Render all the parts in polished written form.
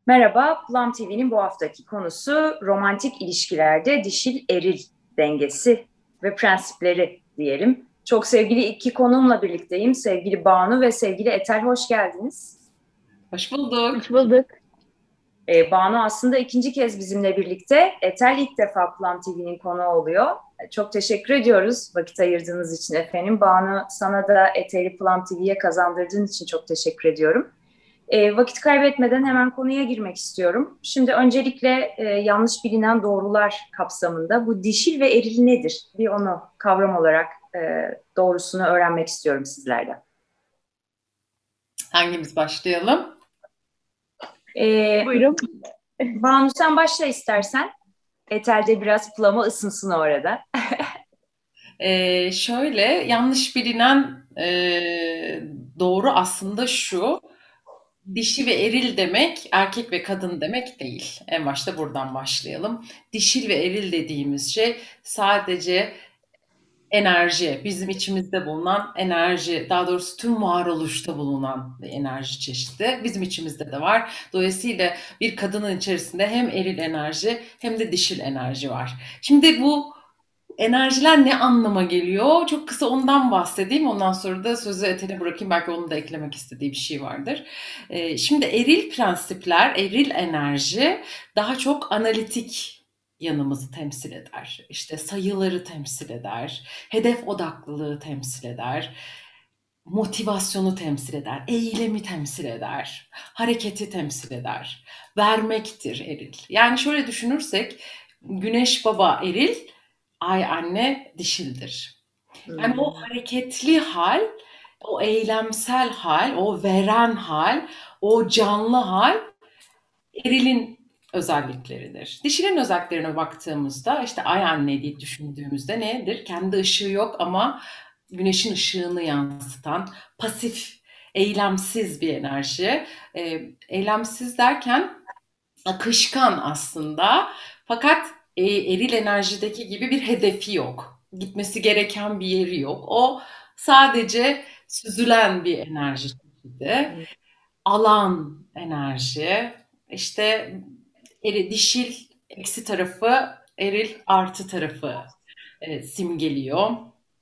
Merhaba, Plum TV'nin bu haftaki konusu romantik ilişkilerde dişil eril dengesi ve prensipleri diyelim. Çok sevgili iki konuğumla birlikteyim. Sevgili Banu ve sevgili Etel, hoş geldiniz. Hoş bulduk. Hoş bulduk. Banu aslında ikinci kez bizimle birlikte. Etel ilk defa Plum TV'nin konuğu oluyor. Çok teşekkür ediyoruz vakit ayırdığınız için efendim. Banu, sana da Etel'i Plum TV'ye kazandırdığın için çok teşekkür ediyorum. Vakit kaybetmeden hemen konuya girmek istiyorum. Şimdi öncelikle yanlış bilinen doğrular kapsamında bu dişil ve eril nedir? Bir onu kavram olarak doğrusunu öğrenmek istiyorum sizlerden. Hangimiz başlayalım? E, Buyurun. Banu sen başla istersen. Etel de biraz plama ısınsın orada. Şöyle yanlış bilinen doğru aslında şu. Dişi ve eril demek erkek ve kadın demek değil. En başta buradan başlayalım. Dişil ve eril dediğimiz şey sadece enerji, bizim içimizde bulunan enerji, daha doğrusu tüm varoluşta bulunan bir enerji çeşidi bizim içimizde de var. Dolayısıyla bir kadının içerisinde hem eril enerji hem de dişil enerji var. Şimdi bu enerjiler ne anlama geliyor? Çok kısa ondan bahsedeyim. Ondan sonra da sözü Etel'e bırakayım. Belki onun da eklemek istediği bir şey vardır. Şimdi eril prensipler, eril enerji daha çok analitik yanımızı temsil eder. İşte sayıları temsil eder. Hedef odaklılığı temsil eder. Motivasyonu temsil eder. Eylemi temsil eder. Hareketi temsil eder. Vermektir eril. Yani şöyle düşünürsek Güneş baba eril, ay anne dişildir. Yani o Hmm. hareketli hal, o eylemsel hal, o veren hal, o canlı hal erilin özellikleridir. Dişilin özelliklerine baktığımızda işte ay anne diye düşündüğümüzde nedir? Kendi ışığı yok ama güneşin ışığını yansıtan pasif, eylemsiz bir enerji. Eylemsiz derken akışkan aslında fakat eril enerjideki gibi bir hedefi yok. Gitmesi gereken bir yeri yok. O sadece süzülen bir enerji çeşidi. Alan enerji. İşte dişil eksi tarafı, eril artı tarafı simgeliyor.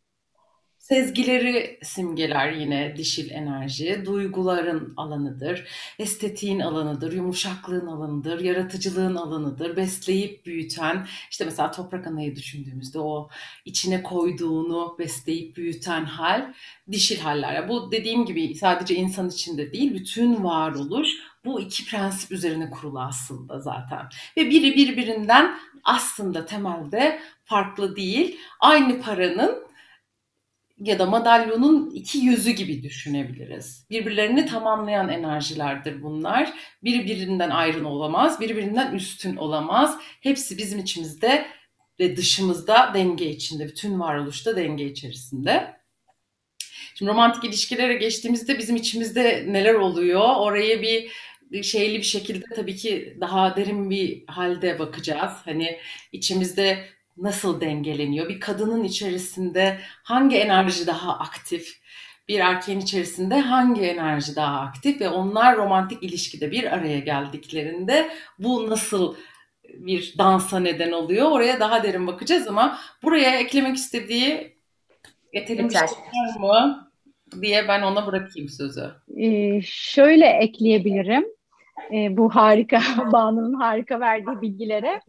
Sezgileri simgeler yine dişil enerji, duyguların alanıdır, estetiğin alanıdır, yumuşaklığın alanıdır, yaratıcılığın alanıdır, besleyip büyüten, işte mesela toprak anayı düşündüğümüzde o içine koyduğunu besleyip büyüten hal, dişil haller. Yani bu dediğim gibi sadece insan içinde değil, bütün varoluş bu iki prensip üzerine kurulu aslında zaten. Ve biri birbirinden aslında temelde farklı değil, aynı paranın ya da madalyonun iki yüzü gibi düşünebiliriz. Birbirlerini tamamlayan enerjilerdir bunlar. Biri birinden ayrı olamaz, birbirinden üstün olamaz. Hepsi bizim içimizde ve dışımızda denge içinde, bütün varoluşta denge içerisinde. Şimdi romantik ilişkilere geçtiğimizde bizim içimizde neler oluyor? Oraya bir şeyli bir şekilde tabii ki daha derin bir halde bakacağız. Hani içimizde nasıl dengeleniyor? Bir kadının içerisinde hangi enerji daha aktif? Bir erkeğin içerisinde hangi enerji daha aktif ve onlar romantik ilişkide bir araya geldiklerinde bu nasıl bir dansa neden oluyor? Oraya daha derin bakacağız ama buraya eklemek istediği Etel'in bir Yeter. şey var mı diye ben ona bırakayım sözü. Şöyle ekleyebilirim. Bu harika, Banu'nun harika verdiği bilgilere.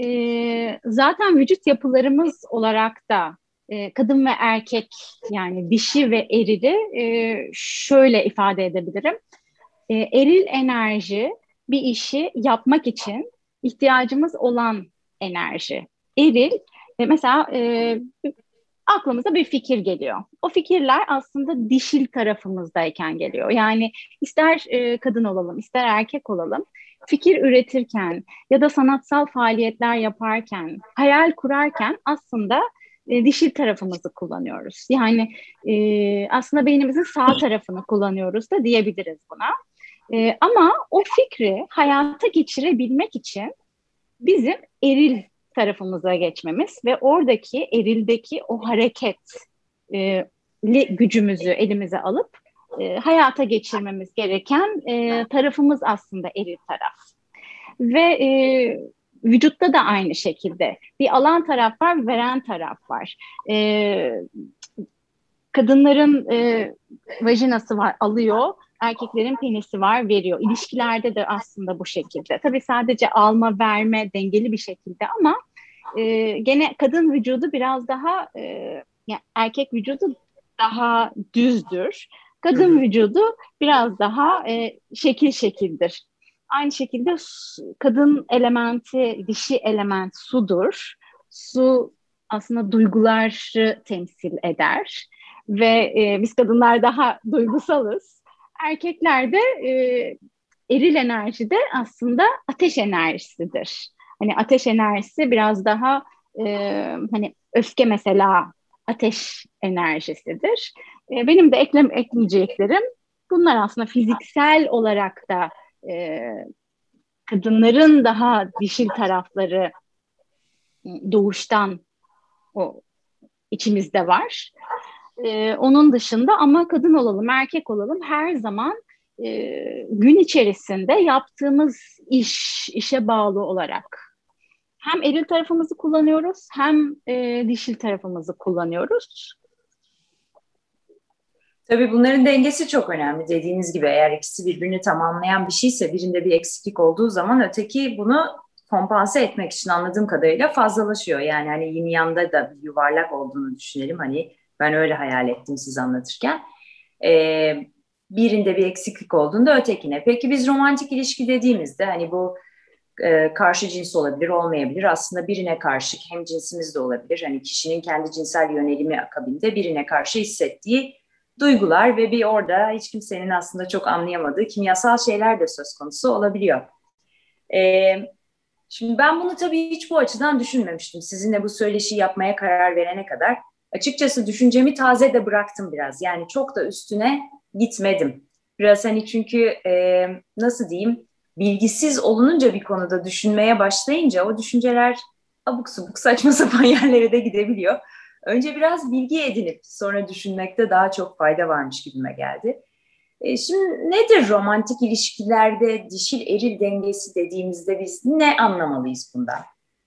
Zaten vücut yapılarımız olarak da kadın ve erkek yani dişi ve erili şöyle ifade edebilirim. Eril enerji bir işi yapmak için ihtiyacımız olan enerji. Eril mesela aklımıza bir fikir geliyor. O fikirler aslında dişil tarafımızdayken geliyor. Yani ister kadın olalım, ister erkek olalım, fikir üretirken ya da sanatsal faaliyetler yaparken, hayal kurarken aslında dişil tarafımızı kullanıyoruz. Yani aslında beynimizin sağ tarafını kullanıyoruz da diyebiliriz buna. Ama o fikri hayata geçirebilmek için bizim eril tarafımıza geçmemiz ve oradaki erildeki o gücümüzü elimize alıp hayata geçirmemiz gereken tarafımız aslında eril taraf. ve vücutta da aynı şekilde. Bir alan taraf var, veren taraf var. Kadınların vajinası var, alıyor. Erkeklerin penisi var, veriyor. İlişkilerde de aslında bu şekilde. Tabii sadece alma, verme dengeli bir şekilde ama gene kadın vücudu biraz daha, yani erkek vücudu daha düzdür. Kadın vücudu biraz daha şekil şekildir. Aynı şekilde kadın elementi, dişi element sudur. Su aslında duyguları temsil eder ve biz kadınlar daha duygusalız. Erkekler de eril enerji de aslında ateş enerjisidir. Hani ateş enerjisi biraz daha hani öfke mesela ateş enerjisidir. Benim de ekleyeceklerim bunlar aslında fiziksel olarak da e, kadınların daha dişil tarafları doğuştan o içimizde var. Onun dışında ama kadın olalım, erkek olalım her zaman gün içerisinde yaptığımız işe bağlı olarak hem eril tarafımızı kullanıyoruz hem dişil tarafımızı kullanıyoruz. Tabii bunların dengesi çok önemli. Dediğiniz gibi eğer ikisi birbirini tamamlayan bir şeyse, birinde bir eksiklik olduğu zaman öteki bunu kompanse etmek için anladığım kadarıyla fazlalaşıyor. Yani hani yin yanda da bir yuvarlak olduğunu düşünelim. Hani ben öyle hayal ettim siz anlatırken. Birinde bir eksiklik olduğunda ötekine. Peki biz romantik ilişki dediğimizde hani bu karşı cins olabilir, olmayabilir. Aslında birine karşı hem cinsimiz de olabilir. Hani kişinin kendi cinsel yönelimi akabinde birine karşı hissettiği duygular ve bir orada hiç kimsenin aslında çok anlayamadığı kimyasal şeyler de söz konusu olabiliyor. Şimdi ben bunu tabii hiç bu açıdan düşünmemiştim. Sizinle bu söyleşiyi yapmaya karar verene kadar. Açıkçası düşüncemi taze de bıraktım biraz. Yani çok da üstüne gitmedim. Biraz hani çünkü nasıl diyeyim, bilgisiz olununca bir konuda düşünmeye başlayınca o düşünceler abuk subuk saçma sapan yerlere de gidebiliyor. Önce biraz bilgi edinip sonra düşünmekte daha çok fayda varmış gibime geldi. Şimdi nedir romantik ilişkilerde dişil eril dengesi dediğimizde biz ne anlamalıyız bundan?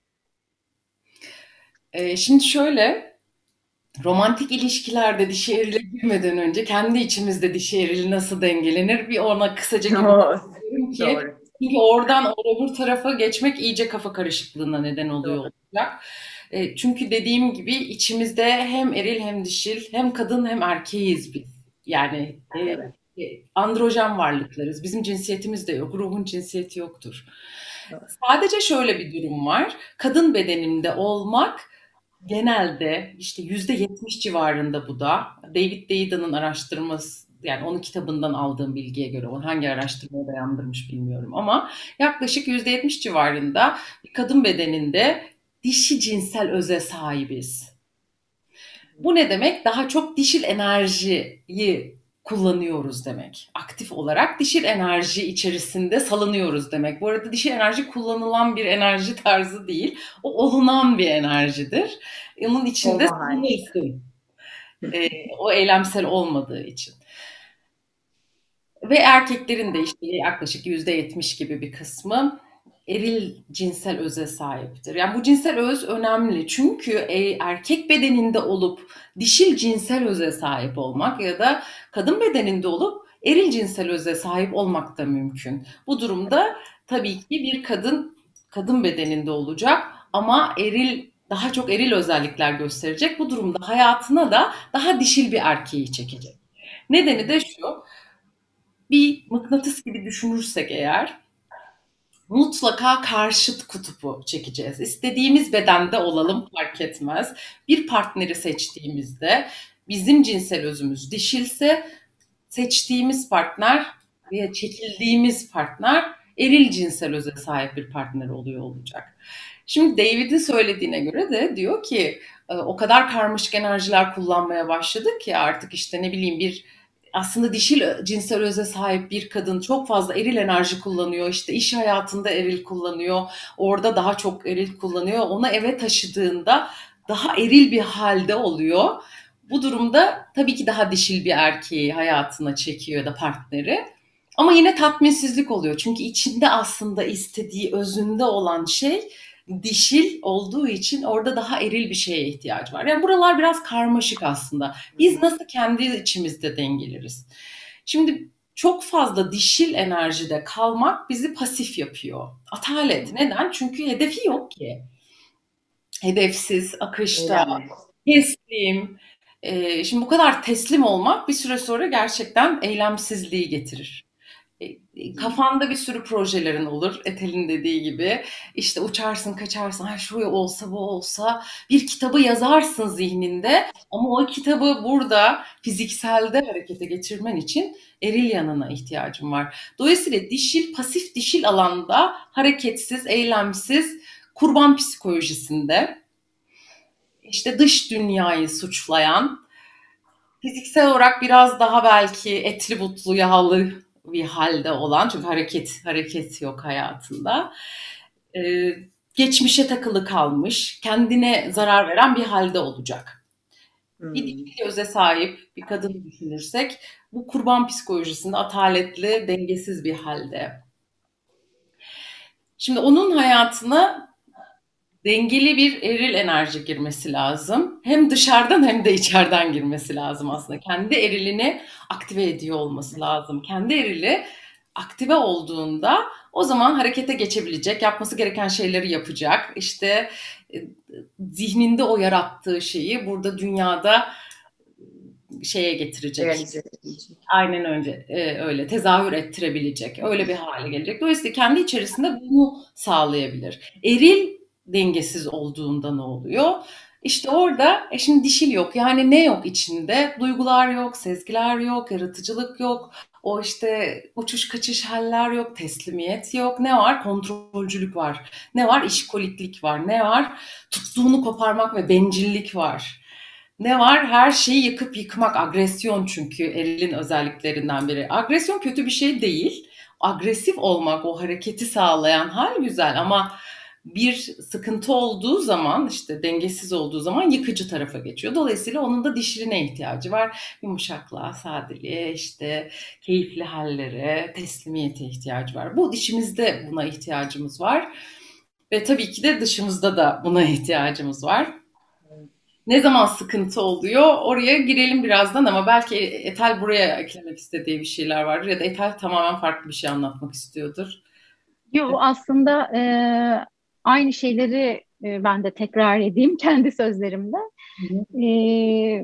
Şimdi şöyle, romantik ilişkilerde dişi erile girmeden önce kendi içimizde dişi eril nasıl dengelenir bir ona kısaca gibi diyorum ki Doğru. çünkü oradan öbür tarafa geçmek iyice kafa karışıklığına neden oluyor Doğru. olacak. Çünkü dediğim gibi içimizde hem eril hem dişil hem kadın hem erkeğiz biz. Yani Evet. androjen varlıklarız. Bizim cinsiyetimiz de yok. Ruhun cinsiyeti yoktur. Doğru. Sadece şöyle bir durum var. Kadın bedeninde olmak genelde işte %70 civarında bu da. David Deida'nın araştırması yani onun kitabından aldığım bilgiye göre o hangi araştırmaya dayandırmış bilmiyorum ama yaklaşık %70 civarında bir kadın bedeninde dişi cinsel öze sahibiz. Bu ne demek? Daha çok dişil enerjiyi kullanıyoruz demek. Aktif olarak dişil enerji içerisinde salınıyoruz demek. Bu arada dişil enerji kullanılan bir enerji tarzı değil. O olunan bir enerjidir. Onun içinde Olma hali. salınırsın. O eylemsel olmadığı için. Ve erkeklerin de işte yaklaşık %70 gibi bir kısmı eril cinsel öze sahiptir. Yani bu cinsel öz önemli çünkü erkek bedeninde olup dişil cinsel öze sahip olmak ya da kadın bedeninde olup eril cinsel öze sahip olmak da mümkün. Bu durumda tabii ki bir kadın bedeninde olacak ama daha çok eril özellikler gösterecek. Bu durumda hayatına da daha dişil bir erkeği çekecek. Nedeni de şu, bir mıknatıs gibi düşünürsek eğer mutlaka karşıt kutubu çekeceğiz. İstediğimiz bedende olalım fark etmez. Bir partneri seçtiğimizde bizim cinsel özümüz dişilse seçtiğimiz partner veya çekildiğimiz partner eril cinsel öze sahip bir partner oluyor olacak. Şimdi David'in söylediğine göre de diyor ki o kadar karmaşık enerjiler kullanmaya başladık ki artık işte ne bileyim bir aslında dişil cinsel öze sahip bir kadın çok fazla eril enerji kullanıyor. İşte iş hayatında eril kullanıyor. Orada daha çok eril kullanıyor. Onu eve taşıdığında daha eril bir halde oluyor. Bu durumda tabii ki daha dişil bir erkeği hayatına çekiyor da partneri. Ama yine tatminsizlik oluyor. Çünkü içinde aslında istediği, özünde olan şey dişil olduğu için orada daha eril bir şeye ihtiyacı var. Yani buralar biraz karmaşık aslında. Biz nasıl kendi içimizde dengeleriz? Şimdi çok fazla dişil enerjide kalmak bizi pasif yapıyor. Atalet. Neden? Çünkü hedefi yok ki. Hedefsiz, akışta, teslim. Şimdi bu kadar teslim olmak bir süre sonra gerçekten eylemsizliği getirir. Kafanda bir sürü projelerin olur. Etel'in dediği gibi. İşte uçarsın, kaçarsın. Ha şu olsa, bu olsa. Bir kitabı yazarsın zihninde. Ama o kitabı burada fizikselde harekete geçirmen için eril yanına ihtiyacın var. Dolayısıyla dişil, pasif dişil alanda hareketsiz, eylemsiz, kurban psikolojisinde işte dış dünyayı suçlayan, fiziksel olarak biraz daha belki etli butlu, yağlı bir halde olan, çünkü hareket yok hayatında. Geçmişe takılı kalmış, kendine zarar veren bir halde olacak. Bir dişil göze sahip bir kadın düşünürsek, bu kurban psikolojisinde ataletli, dengesiz bir halde. Şimdi onun hayatına dengeli bir eril enerji girmesi lazım. Hem dışarıdan hem de içeriden girmesi lazım aslında. Kendi erilini aktive ediyor olması lazım. Kendi erili aktive olduğunda o zaman harekete geçebilecek, yapması gereken şeyleri yapacak. İşte zihninde o yarattığı şeyi burada dünyada şeye getirecek. Aynen öyle tezahür ettirebilecek. Öyle bir hale gelecek. Dolayısıyla kendi içerisinde bunu sağlayabilir. Eril dengesiz olduğunda ne oluyor? İşte orada şimdi dişil yok. Yani ne yok içinde? Duygular yok, sezgiler yok, yaratıcılık yok. O işte uçuş kaçış haller yok, teslimiyet yok. Ne var? Kontrolcülük var. Ne var? İşkoliklik var. Ne var? Tuttuğunu koparmak ve bencillik var. Ne var? Her şeyi yıkıp yıkmak, agresyon, çünkü erilin özelliklerinden biri. Agresyon kötü bir şey değil. Agresif olmak, o hareketi sağlayan hal güzel, ama bir sıkıntı olduğu zaman, işte dengesiz olduğu zaman yıkıcı tarafa geçiyor. Dolayısıyla onun da dişiline ihtiyacı var. Yumuşaklığa, sadeliğe, işte keyifli hallere, teslimiyete ihtiyacı var. Bu içimizde buna ihtiyacımız var. Ve tabii ki de dışımızda da buna ihtiyacımız var. Ne zaman sıkıntı oluyor? Oraya girelim birazdan, ama belki Etel buraya eklemek istediği bir şeyler vardır ya da Etel tamamen farklı bir şey anlatmak istiyordur. Yok, aslında aynı şeyleri ben de tekrar edeyim kendi sözlerimde. E,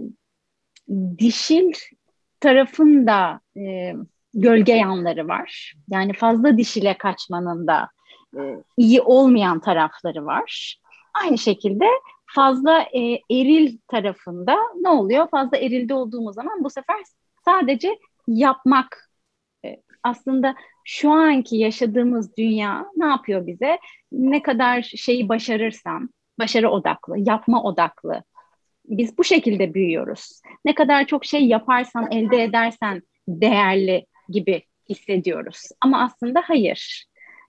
Dişil tarafın da gölge yanları var. Yani fazla dişile kaçmanın da iyi olmayan tarafları var. Aynı şekilde fazla eril tarafında ne oluyor? Fazla erilde olduğumuz zaman bu sefer sadece yapmak. Aslında şu anki yaşadığımız dünya ne yapıyor bize? Ne kadar şeyi başarırsan, başarı odaklı, yapma odaklı. Biz bu şekilde büyüyoruz. Ne kadar çok şey yaparsan, elde edersen değerli gibi hissediyoruz. Ama aslında hayır.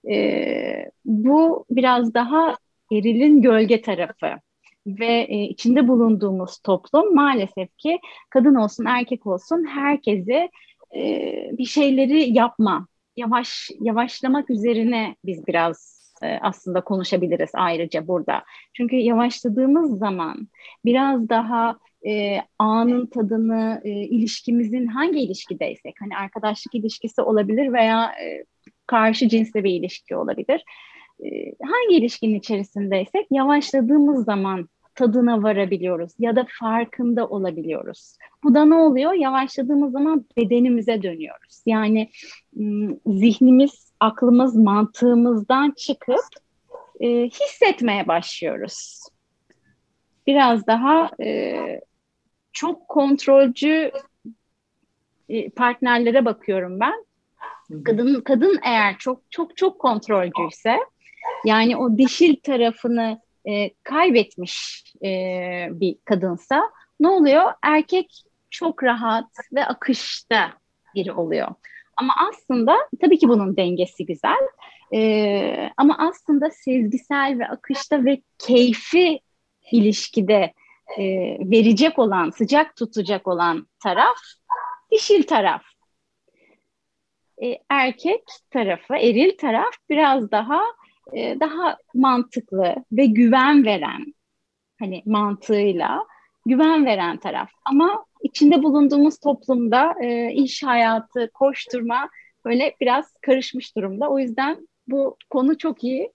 Bu biraz daha erilin gölge tarafı. Ve içinde bulunduğumuz toplum maalesef ki kadın olsun erkek olsun herkesi bir şeyleri yapma, yavaşlamak üzerine biz biraz aslında konuşabiliriz ayrıca burada. Çünkü yavaşladığımız zaman biraz daha anın tadını, ilişkimizin hangi ilişkideysek, hani arkadaşlık ilişkisi olabilir veya karşı cinsle bir ilişki olabilir. Hangi ilişkinin içerisindeysek yavaşladığımız zaman tadına varabiliyoruz ya da farkında olabiliyoruz. Bu da ne oluyor? Yavaşladığımız zaman bedenimize dönüyoruz. Yani zihnimiz, aklımız, mantığımızdan çıkıp hissetmeye başlıyoruz. Biraz daha çok kontrolcü partnerlere bakıyorum ben. Kadın eğer çok kontrolcüyse, yani o dişil tarafını kaybetmiş bir kadınsa ne oluyor? Erkek çok rahat ve akışta biri oluyor. Ama aslında tabii ki bunun dengesi güzel. Ama aslında sezgisel ve akışta ve keyfi ilişkide verecek olan, sıcak tutacak olan taraf dişil taraf. Erkek tarafı, eril taraf biraz daha mantıklı ve güven veren, hani mantığıyla güven veren taraf. Ama içinde bulunduğumuz toplumda iş hayatı, koşturma böyle biraz karışmış durumda. O yüzden bu konu çok iyi.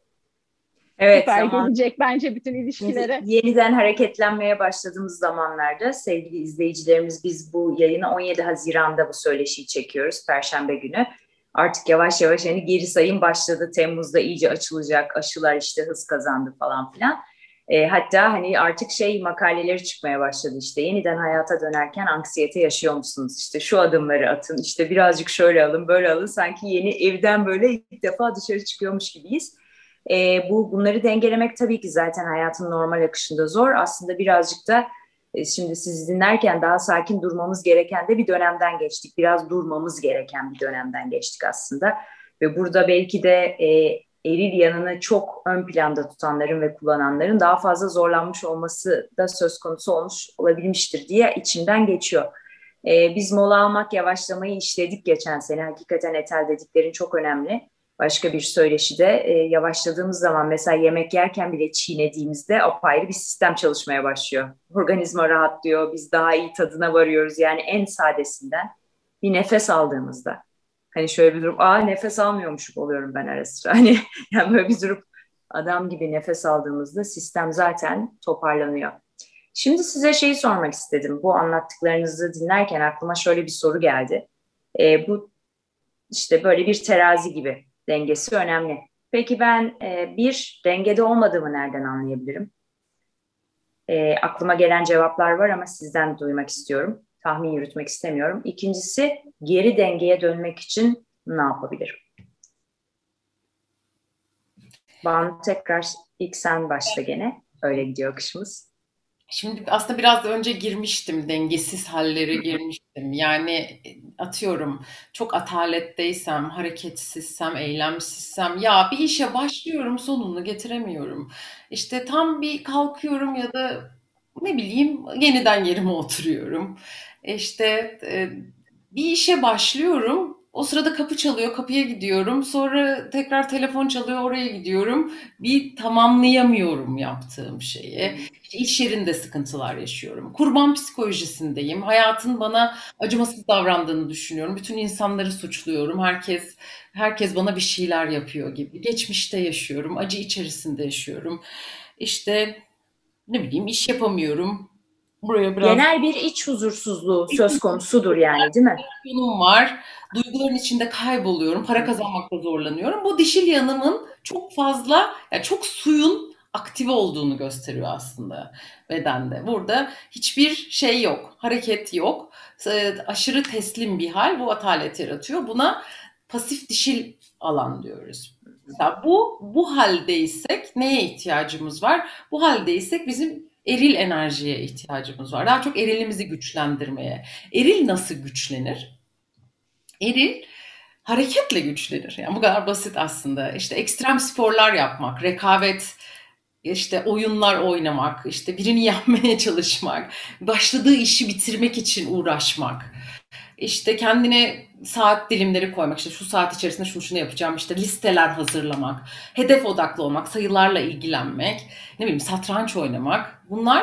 Evet, Süper zaman gelecek bence bütün şimdi ilişkilere. yeniden hareketlenmeye başladığımız zamanlarda sevgili izleyicilerimiz, biz bu yayını 17 Haziran'da bu söyleşiyi çekiyoruz, Perşembe günü. Artık yavaş yavaş hani geri sayım başladı. Temmuz'da iyice açılacak, aşılar işte hız kazandı falan filan. Hatta hani artık şey makaleleri çıkmaya başladı, işte yeniden hayata dönerken anksiyete yaşıyor musunuz? İşte şu adımları atın, işte birazcık şöyle alın, böyle alın. Sanki yeni evden böyle ilk defa dışarı çıkıyormuş gibiyiz. Bunları dengelemek tabii ki zaten hayatın normal akışında zor. Aslında birazcık da şimdi sizi dinlerken daha sakin durmamız gereken de bir dönemden geçtik. Biraz durmamız gereken bir dönemden geçtik aslında. Ve burada belki de eril yanını çok ön planda tutanların ve kullananların daha fazla zorlanmış olması da söz konusu olmuş olabilmiştir diye içimden geçiyor. Biz mola almak, yavaşlamayı işledik geçen sene. Hakikaten etel dediklerin çok önemli. Başka bir söyleşide yavaşladığımız zaman mesela yemek yerken bile çiğnediğimizde apayrı bir sistem çalışmaya başlıyor. Organizma rahatlıyor, biz daha iyi tadına varıyoruz. Yani en sadesinden bir nefes aldığımızda. Hani şöyle bir durum, nefes almıyormuşum oluyorum ben ara sıra. Hani yani böyle bir durum, adam gibi nefes aldığımızda sistem zaten toparlanıyor. Şimdi size şeyi sormak istedim. Bu anlattıklarınızı dinlerken aklıma şöyle bir soru geldi. Bu işte böyle bir terazi gibi, dengesi önemli. Peki ben bir dengede olmadığımı nereden anlayabilirim? Aklıma gelen cevaplar var ama sizden duymak istiyorum. Tahmin yürütmek istemiyorum. İkincisi, geri dengeye dönmek için ne yapabilirim? Banu, tekrar ilk sen başla gene. Öyle gidiyor akışımız. Şimdi aslında biraz da önce girmiştim, dengesiz hallere girmiştim. Yani atıyorum çok ataletteysem, hareketsizsem, eylemsizsem ya bir işe başlıyorum sonunu getiremiyorum. İşte tam bir kalkıyorum ya da ne bileyim yeniden yerime oturuyorum. İşte bir işe başlıyorum. O sırada kapı çalıyor, kapıya gidiyorum. Sonra tekrar telefon çalıyor, oraya gidiyorum. Bir tamamlayamıyorum yaptığım şeyi. İş yerinde sıkıntılar yaşıyorum. Kurban psikolojisindeyim. Hayatın bana acımasız davrandığını düşünüyorum. Bütün insanları suçluyorum. Herkes bana bir şeyler yapıyor gibi. Geçmişte yaşıyorum. Acı içerisinde yaşıyorum. İşte ne bileyim iş yapamıyorum. Buraya biraz Genel bir iç huzursuzluğu söz konusudur yani, değil mi? depresyonum var. Duyguların içinde kayboluyorum. Para kazanmakta zorlanıyorum. Bu dişil yanımın çok fazla, yani çok suyun aktive olduğunu gösteriyor aslında bedende. Burada hiçbir şey yok, hareket yok. Aşırı teslim bir hal bu atalet yaratıyor. Buna pasif dişil alan diyoruz. Mesela bu haldeysek neye ihtiyacımız var? Bu haldeysek bizim eril enerjiye ihtiyacımız var. Daha çok erilimizi güçlendirmeye. Eril nasıl güçlenir? Eril hareketle güçlenir. Yani bu kadar basit aslında. İşte ekstrem sporlar yapmak, rekabet, işte oyunlar oynamak, işte birini yenmeye çalışmak, başladığı işi bitirmek için uğraşmak. İşte kendine saat dilimleri koymak, işte şu saat içerisinde şunu yapacağım, işte listeler hazırlamak, hedef odaklı olmak, sayılarla ilgilenmek, ne bileyim satranç oynamak. Bunlar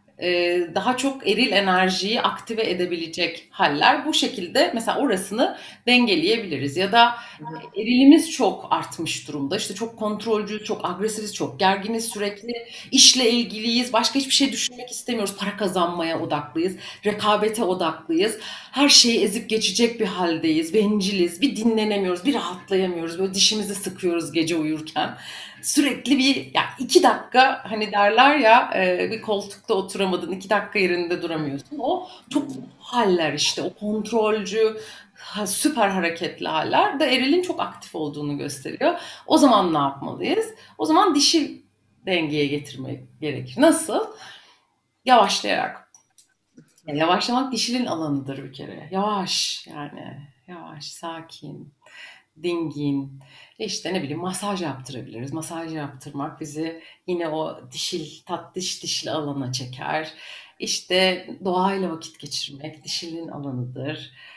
daha çok eril enerjiyi aktive edebilecek haller. Bu şekilde mesela orasını dengeleyebiliriz. Ya da erilimiz çok artmış durumda. İşte çok kontrolcü, çok agresifiz, çok gerginiz, sürekli işle ilgiliyiz. Başka hiçbir şey düşünmek istemiyoruz. Para kazanmaya odaklıyız, rekabete odaklıyız. Her şeyi ezip geçecek bir haldeyiz. Benciliz, bir dinlenemiyoruz, bir rahatlayamıyoruz. Böyle dişimizi sıkıyoruz gece uyurken. Sürekli bir, ya 2 dakika hani derler ya bir koltukta oturamadın, 2 dakika yerinde duramıyorsun. O çok haller işte, o kontrolcü, süper hareketli haller de erilin çok aktif olduğunu gösteriyor. O zaman ne yapmalıyız? O zaman dişil dengeye getirmek gerekir. Nasıl? Yavaşlayarak. Yani yavaşlamak dişilin alanıdır bir kere. Yavaş yani. Yavaş, sakin, dingin. İşte ne bileyim masaj yaptırabiliriz. Masaj yaptırmak bizi yine o dişil alana çeker. İşte doğayla vakit geçirmek dişilin alanıdır.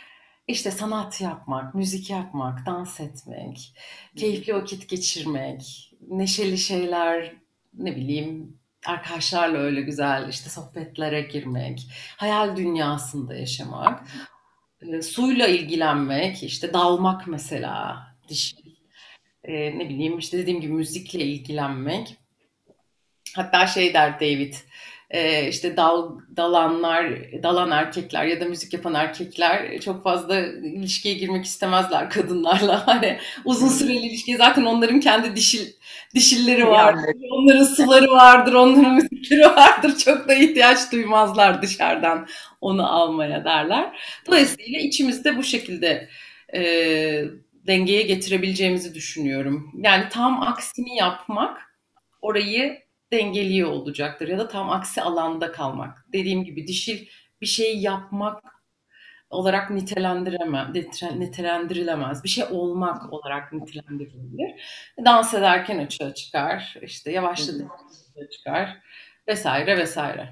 İşte sanat yapmak, müzik yapmak, dans etmek, keyifli vakit geçirmek, neşeli şeyler, ne bileyim, arkadaşlarla öyle güzel işte sohbetlere girmek, hayal dünyasında yaşamak, suyla ilgilenmek, işte dalmak mesela, ne bileyim işte dediğim gibi müzikle ilgilenmek. Hatta şey der David, işte dalan erkekler ya da müzik yapan erkekler çok fazla ilişkiye girmek istemezler kadınlarla. Hani uzun süreli ilişki zaten onların kendi dişilleri vardır, Yanlış. onların suları vardır, onların müzikleri vardır. Çok da ihtiyaç duymazlar dışarıdan onu almaya derler. Dolayısıyla içimizde bu şekilde e, dengeye getirebileceğimizi düşünüyorum. Yani tam aksini yapmak orayı dengeliyor olacaktır ya da tam aksi alanda kalmak. Dediğim gibi dişil bir şey yapmak olarak nitelendirilemez. Bir şey olmak olarak nitelendirilebilir. Dans ederken açığa çıkar, işte yavaşladığında açığa çıkar vesaire vesaire.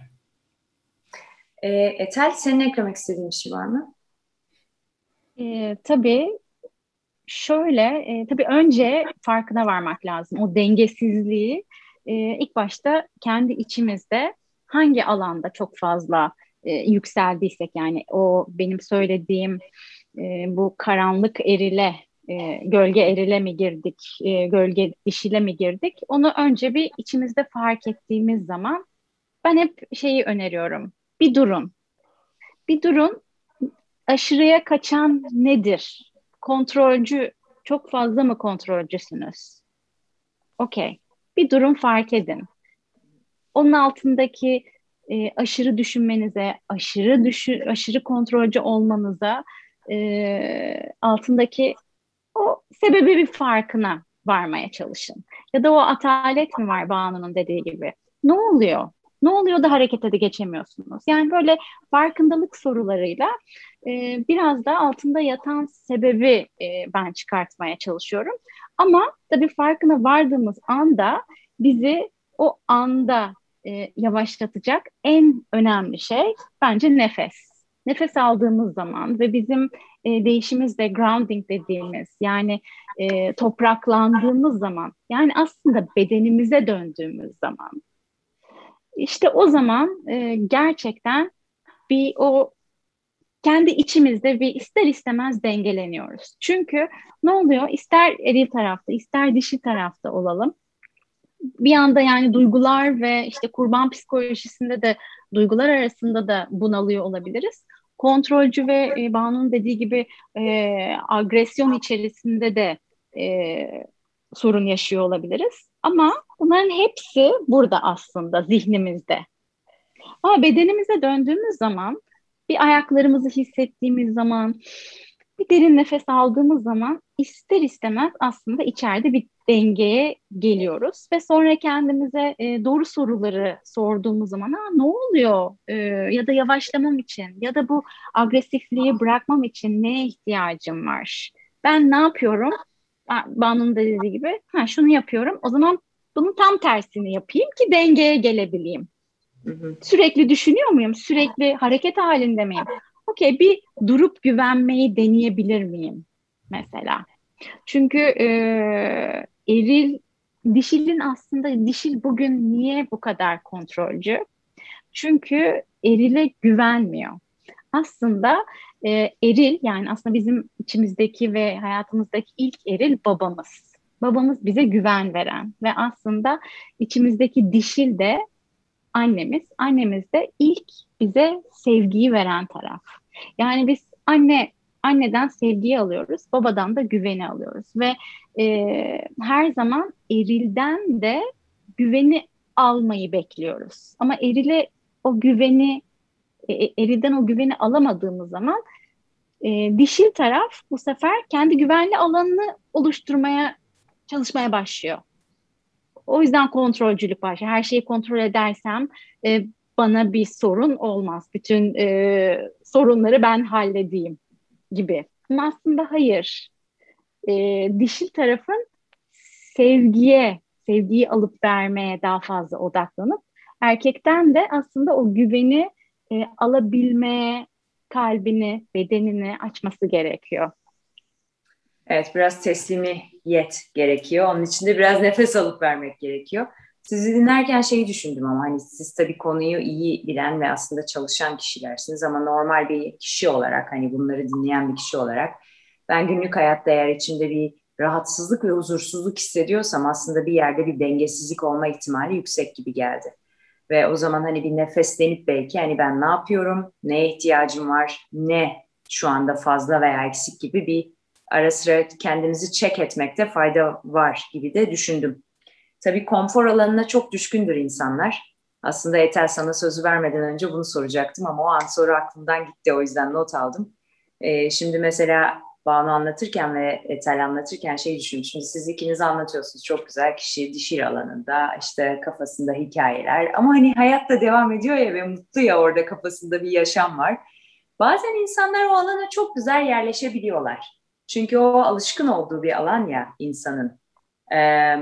Etel, senin eklemek istediğin bir şey var mı? Tabii şöyle, tabii önce farkına varmak lazım. O dengesizliği ilk başta kendi içimizde hangi alanda çok fazla yükseldiysek, yani o benim söylediğim bu karanlık erile, gölge erile mi girdik, gölge dişile mi girdik? Onu önce bir içimizde fark ettiğimiz zaman ben hep şeyi öneriyorum. Bir durun. Bir durun, aşırıya kaçan nedir? Kontrolcü, çok fazla mı kontrolcüsünüz? Okey. Bir durum fark edin. Onun altındaki aşırı düşünmenize, aşırı kontrolcü olmanıza, altındaki o sebebi bir farkına varmaya çalışın. Ya da o atalet mi var Banu'nun dediği gibi? Ne oluyor? Ne oluyor da harekete de geçemiyorsunuz? Yani böyle farkındalık sorularıyla biraz da altında yatan sebebi ben çıkartmaya çalışıyorum. Ama tabii farkına vardığımız anda bizi o anda yavaşlatacak en önemli şey bence nefes. Nefes aldığımız zaman ve bizim değişimizde grounding dediğimiz, yani topraklandığımız zaman, yani aslında bedenimize döndüğümüz zaman, işte o zaman gerçekten bir o kendi içimizde bir ister istemez dengeleniyoruz. Çünkü ne oluyor? İster eril tarafta, ister dişi tarafta olalım. Bir anda yani duygular ve işte kurban psikolojisinde de duygular arasında da bunalıyor olabiliriz. Kontrolcü ve Banu'nun dediği gibi agresyon içerisinde de sorun yaşıyor olabiliriz. Ama bunların hepsi burada aslında zihnimizde. Ama bedenimize döndüğümüz zaman, bir ayaklarımızı hissettiğimiz zaman, bir derin nefes aldığımız zaman ister istemez aslında içeride bir dengeye geliyoruz. Ve sonra kendimize doğru soruları sorduğumuz zaman, ne oluyor? Ya da yavaşlamam için ya da bu agresifliği bırakmam için neye ihtiyacım var? Ben ne yapıyorum? Banu'nun da dediği gibi, şunu yapıyorum. O zaman bunun tam tersini yapayım ki dengeye gelebileyim. Sürekli düşünüyor muyum? Sürekli hareket halinde miyim? Okey, bir durup güvenmeyi deneyebilir miyim mesela? Çünkü dişilin aslında, dişil bugün niye bu kadar kontrolcü? Çünkü erile güvenmiyor. Aslında eril, yani aslında bizim içimizdeki ve hayatımızdaki ilk eril babamız. Babamız bize güven veren ve aslında içimizdeki dişil de annemiz. Annemiz de ilk bize sevgiyi veren taraf. Yani biz anneden sevgiyi alıyoruz, babadan da güveni alıyoruz ve her zaman erilden de güveni almayı bekliyoruz. Ama erilden o güveni alamadığımız zaman dişil taraf bu sefer kendi güvenli alanını oluşturmaya çalışmaya başlıyor. O yüzden kontrolcülük var. Her şeyi kontrol edersem bana bir sorun olmaz. Bütün sorunları ben halledeyim gibi. Ama aslında hayır. Dişil tarafın sevgiyi alıp vermeye daha fazla odaklanıp erkekten de aslında o güveni alabilmeye kalbini, bedenini açması gerekiyor. Evet, biraz teslimiyet gerekiyor. Onun için de biraz nefes alıp vermek gerekiyor. Sizi dinlerken şeyi düşündüm ama hani siz tabii konuyu iyi bilen ve aslında çalışan kişilersiniz ama normal bir kişi olarak hani bunları dinleyen bir kişi olarak ben günlük hayatta eğer içimde bir rahatsızlık ve huzursuzluk hissediyorsam aslında bir yerde bir dengesizlik olma ihtimali yüksek gibi geldi. Ve o zaman hani bir nefeslenip belki hani ben ne yapıyorum, neye ihtiyacım var, ne şu anda fazla veya eksik gibi bir ara sıra kendimizi check etmekte fayda var gibi de düşündüm. Tabii konfor alanına çok düşkündür insanlar. Aslında Etel sana sözü vermeden önce bunu soracaktım ama o an soru aklımdan gitti o yüzden not aldım. Şimdi mesela Banu anlatırken ve Etel anlatırken şey düşündüm. Şimdi siz ikiniz anlatıyorsunuz çok güzel kişi dişil alanında işte kafasında hikayeler ama hani hayat da devam ediyor ya ve mutlu ya orada kafasında bir yaşam var. Bazen insanlar o alana çok güzel yerleşebiliyorlar. Çünkü o alışkın olduğu bir alan ya insanın. Ee,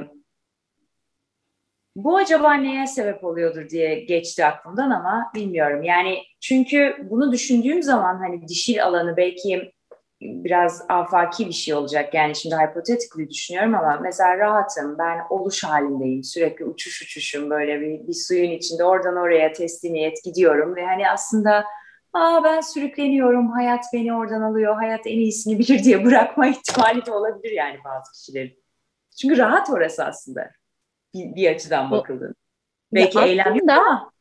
Bu acaba neye sebep oluyordur diye geçti aklımdan ama bilmiyorum. Yani çünkü bunu düşündüğüm zaman hani dişil alanı belki biraz afaki bir şey olacak. Yani şimdi hipotetikli düşünüyorum ama mesela rahatım, ben oluş halindeyim. Sürekli uçuş uçuşum böyle bir suyun içinde oradan oraya teslimiyet gidiyorum ve hani aslında ben sürükleniyorum, hayat beni oradan alıyor, hayat en iyisini bilir diye bırakma ihtimali de olabilir yani bazı kişilerin. Çünkü rahat orası aslında bir açıdan O, bakıldığında. ya Belki eylem yok aslında ama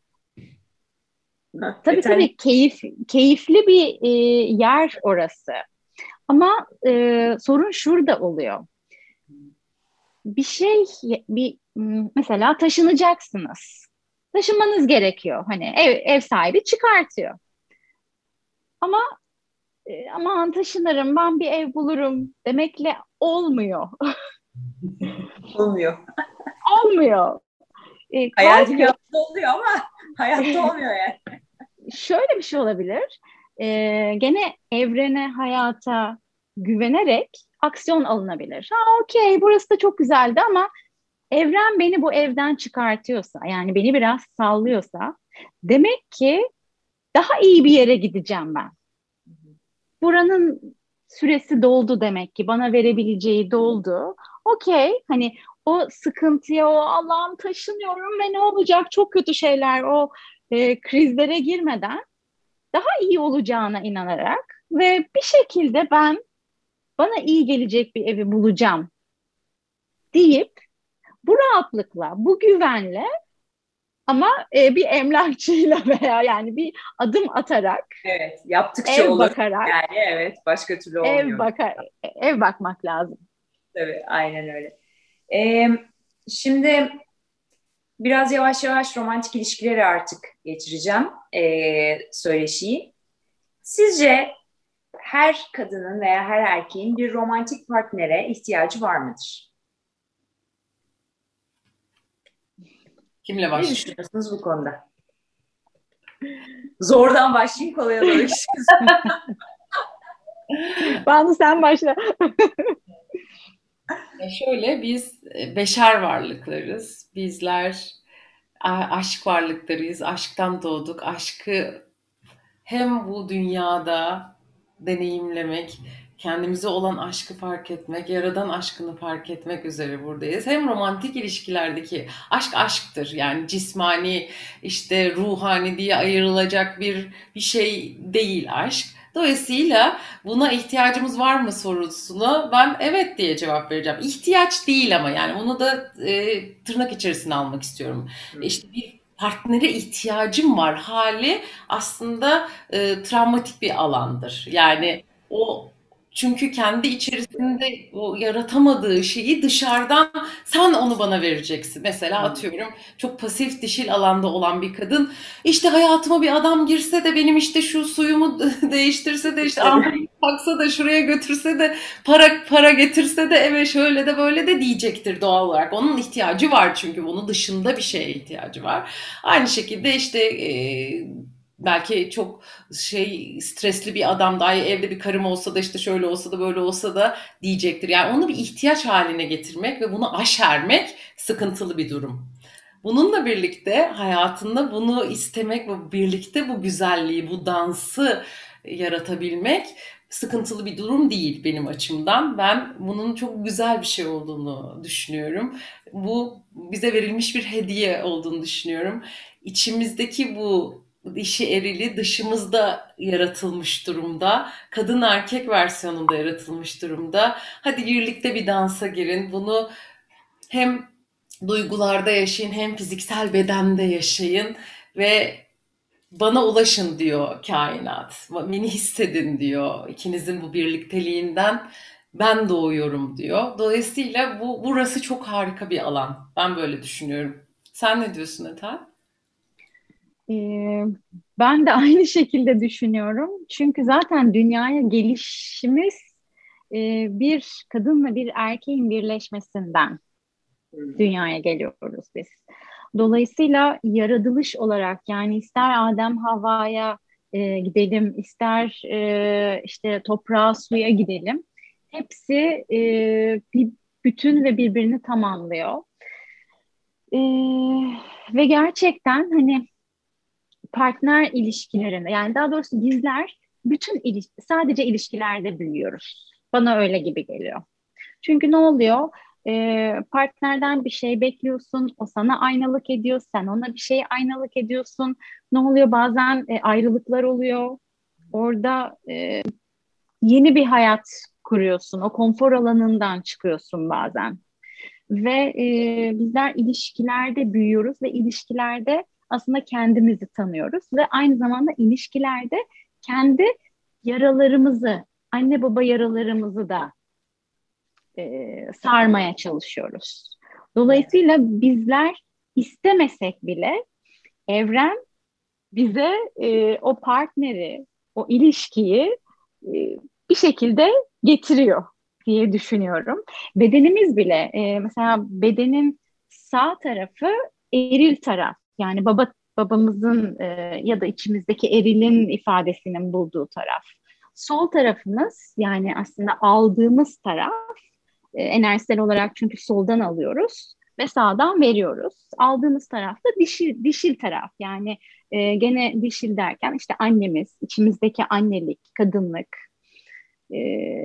tabii yeterli. tabii keyifli bir yer orası. Ama sorun şurada oluyor. Bir şey mesela taşınacaksınız. Taşınmanız gerekiyor. Hani ev sahibi çıkartıyor. Ama aman taşınırım ben bir ev bulurum demekle olmuyor. Olmuyor. Olmuyor. Hayal Kalkıp dünyasında oluyor ama hayatta olmuyor yani. şöyle bir şey olabilir. Gene evrene, hayata güvenerek aksiyon alınabilir. Ha okey burası da çok güzeldi ama evren beni bu evden çıkartıyorsa, yani beni biraz sallıyorsa demek ki daha iyi bir yere gideceğim ben. Buranın süresi doldu demek ki bana verebileceği doldu. Okey hani o sıkıntıya o Allah'ım taşınıyorum ve ne olacak çok kötü şeyler o krizlere girmeden daha iyi olacağına inanarak ve bir şekilde ben bana iyi gelecek bir evi bulacağım deyip bu rahatlıkla, bu güvenle ama bir emlakçıyla veya yani bir adım atarak, Evet, yaptıkça ev olur. bakarak, Yani evet, başka türlü ev olmuyor. bakar, ev bakmak lazım. Tabii, aynen öyle. Ee, Şimdi biraz yavaş yavaş romantik ilişkileri artık geçireceğim söyleşiyi. Sizce her kadının veya her erkeğin bir romantik partnere ihtiyacı var mıdır? Kimle Ne başlayayım? düşünüyorsunuz bu konuda? Zordan başlayayım, kolaya doğru geçeceğiz. Banu sen başla. Şöyle biz beşer varlıklarız. Bizler aşk varlıklarıyız. Aşktan doğduk. Aşkı hem bu dünyada deneyimlemek, kendimize olan aşkı fark etmek, yaradan aşkını fark etmek üzere buradayız. Hem romantik ilişkilerdeki aşk aşktır. Yani cismani, işte ruhani diye ayrılacak bir şey değil aşk. Dolayısıyla buna ihtiyacımız var mı sorusuna ben evet diye cevap vereceğim. İhtiyaç değil ama yani bunu da tırnak içerisine almak istiyorum. İşte bir partnere ihtiyacım var hali aslında travmatik bir alandır. Yani o çünkü kendi içerisinde o yaratamadığı şeyi dışarıdan sen onu bana vereceksin. Mesela atıyorum çok pasif dişil alanda olan bir kadın işte hayatıma bir adam girse de benim işte şu suyumu değiştirse de işte ampulü taksa da şuraya götürse de para getirse de eve şöyle de böyle de diyecektir doğal olarak. Onun ihtiyacı var çünkü bunun dışında bir şeye ihtiyacı var. Aynı şekilde işte belki çok stresli bir adam dahi evde bir karım olsa da işte şöyle olsa da böyle olsa da diyecektir. Yani onu bir ihtiyaç haline getirmek ve bunu aşermek sıkıntılı bir durum. Bununla birlikte hayatında bunu istemek ve birlikte bu güzelliği, bu dansı yaratabilmek sıkıntılı bir durum değil benim açımdan. Ben bunun çok güzel bir şey olduğunu düşünüyorum. Bu bize verilmiş bir hediye olduğunu düşünüyorum. İçimizdeki bu dişi erili dışımızda yaratılmış durumda. Kadın erkek versiyonunda yaratılmış durumda. Hadi birlikte bir dansa girin. Bunu hem duygularda yaşayın hem fiziksel bedende yaşayın ve bana ulaşın diyor kainat. Beni hissedin diyor. İkinizin bu birlikteliğinden ben doğuyorum diyor. Dolayısıyla burası çok harika bir alan. Ben böyle düşünüyorum. Sen ne diyorsun Etel? Ee, Ben de aynı şekilde düşünüyorum. Çünkü zaten dünyaya gelişimiz bir kadınla bir erkeğin birleşmesinden dünyaya geliyoruz biz. Dolayısıyla yaratılış olarak yani ister Adem Havva'ya gidelim, ister işte toprağa, suya gidelim. Hepsi bir bütün ve birbirini tamamlıyor. E, Ve gerçekten hani partner ilişkilerinde yani daha doğrusu bizler bütün sadece ilişkilerde büyüyoruz. Bana öyle gibi geliyor. Çünkü ne oluyor? Partnerden bir şey bekliyorsun, o sana aynalık ediyor, sen ona bir şey aynalık ediyorsun. Ne oluyor? Bazen ayrılıklar oluyor. Orada yeni bir hayat kuruyorsun, o konfor alanından çıkıyorsun bazen. Ve bizler ilişkilerde büyüyoruz ve ilişkilerde aslında kendimizi tanıyoruz ve aynı zamanda ilişkilerde kendi yaralarımızı, anne baba yaralarımızı da sarmaya çalışıyoruz. Dolayısıyla bizler istemesek bile evren bize o partneri, o ilişkiyi e, bir şekilde getiriyor diye düşünüyorum. Bedenimiz bile mesela bedenin sağ tarafı eril taraf. Yani babamızın ya da içimizdeki erilin ifadesinin bulduğu taraf. Sol tarafımız yani aslında aldığımız taraf enerjisel olarak çünkü soldan alıyoruz ve sağdan veriyoruz. Aldığımız taraf da dişil taraf. Yani gene dişil derken işte annemiz, içimizdeki annelik, kadınlık, e,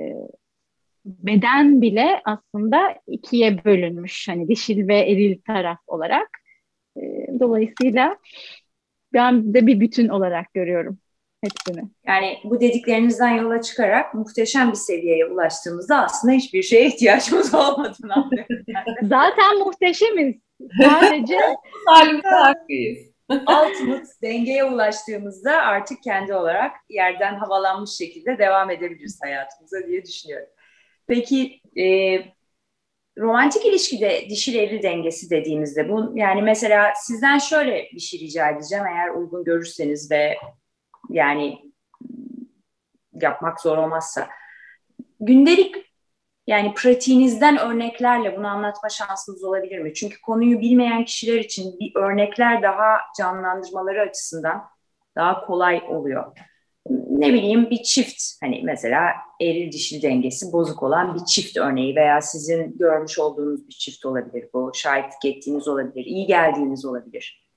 beden bile aslında ikiye bölünmüş. Hani dişil ve eril taraf olarak. E, Dolayısıyla ben de bir bütün olarak görüyorum hepsini. Yani bu dediklerinizden yola çıkarak muhteşem bir seviyeye ulaştığımızda aslında hiçbir şeye ihtiyacımız olmadığını anlıyorum. Zaten muhteşemiz. Sadece Halimde haklıyız. ultimate dengeye ulaştığımızda artık kendi olarak yerden havalanmış şekilde devam edebiliriz hayatımıza diye düşünüyorum. Peki romantik ilişkide dişil eril dengesi dediğimizde bu yani mesela sizden şöyle bir şey rica edeceğim eğer uygun görürseniz ve yani yapmak zor olmazsa gündelik yani pratiğinizden örneklerle bunu anlatma şansınız olabilir mi? Çünkü konuyu bilmeyen kişiler için bir örnekler daha canlandırmaları açısından daha kolay oluyor. Ne bileyim bir çift hani mesela eril dişil dengesi bozuk olan bir çift örneği veya sizin görmüş olduğunuz bir çift olabilir. Bu şahitlik ettiğiniz olabilir, iyi geldiğiniz olabilir.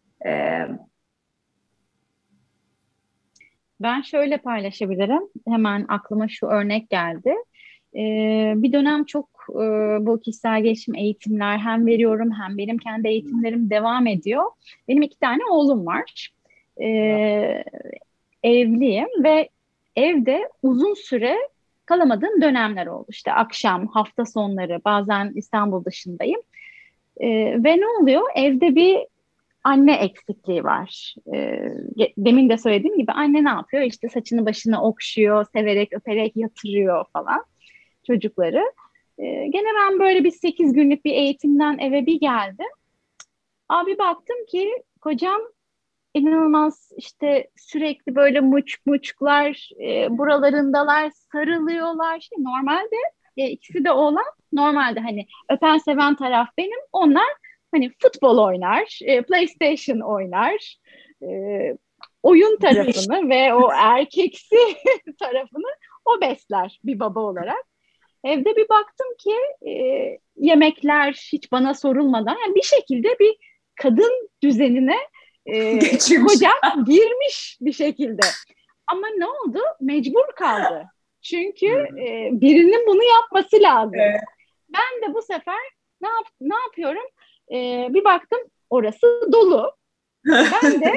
Ben şöyle paylaşabilirim. Hemen aklıma şu örnek geldi. Bir dönem çok bu kişisel gelişim eğitimler hem veriyorum hem benim kendi eğitimlerim devam ediyor. Benim 2 tane oğlum var. Ee, Evliyim ve evde uzun süre kalamadığım dönemler oldu. İşte akşam, hafta sonları, bazen İstanbul dışındayım. Ve ne oluyor? Evde bir anne eksikliği var. Demin de söylediğim gibi anne ne yapıyor? İşte saçını başını okşuyor, severek öperek yatırıyor falan çocukları. Gene ben böyle bir 8 günlük bir eğitimden eve bir geldim. Abi baktım ki kocam inanılmaz işte sürekli böyle muçklar buralarındalar, sarılıyorlar. İşte normalde ikisi de oğlan normalde hani öpen seven taraf benim. Onlar hani futbol oynar, PlayStation oynar, e, oyun tarafını ve o erkeksi tarafını o besler bir baba olarak. Evde bir baktım ki yemekler hiç bana sorulmadan yani bir şekilde bir kadın düzenine kocam girmiş bir şekilde. Ama ne oldu? Mecbur kaldı. Çünkü birinin bunu yapması lazım. Evet. Ben de bu sefer ne yapıyorum? Bir baktım orası dolu. Ben de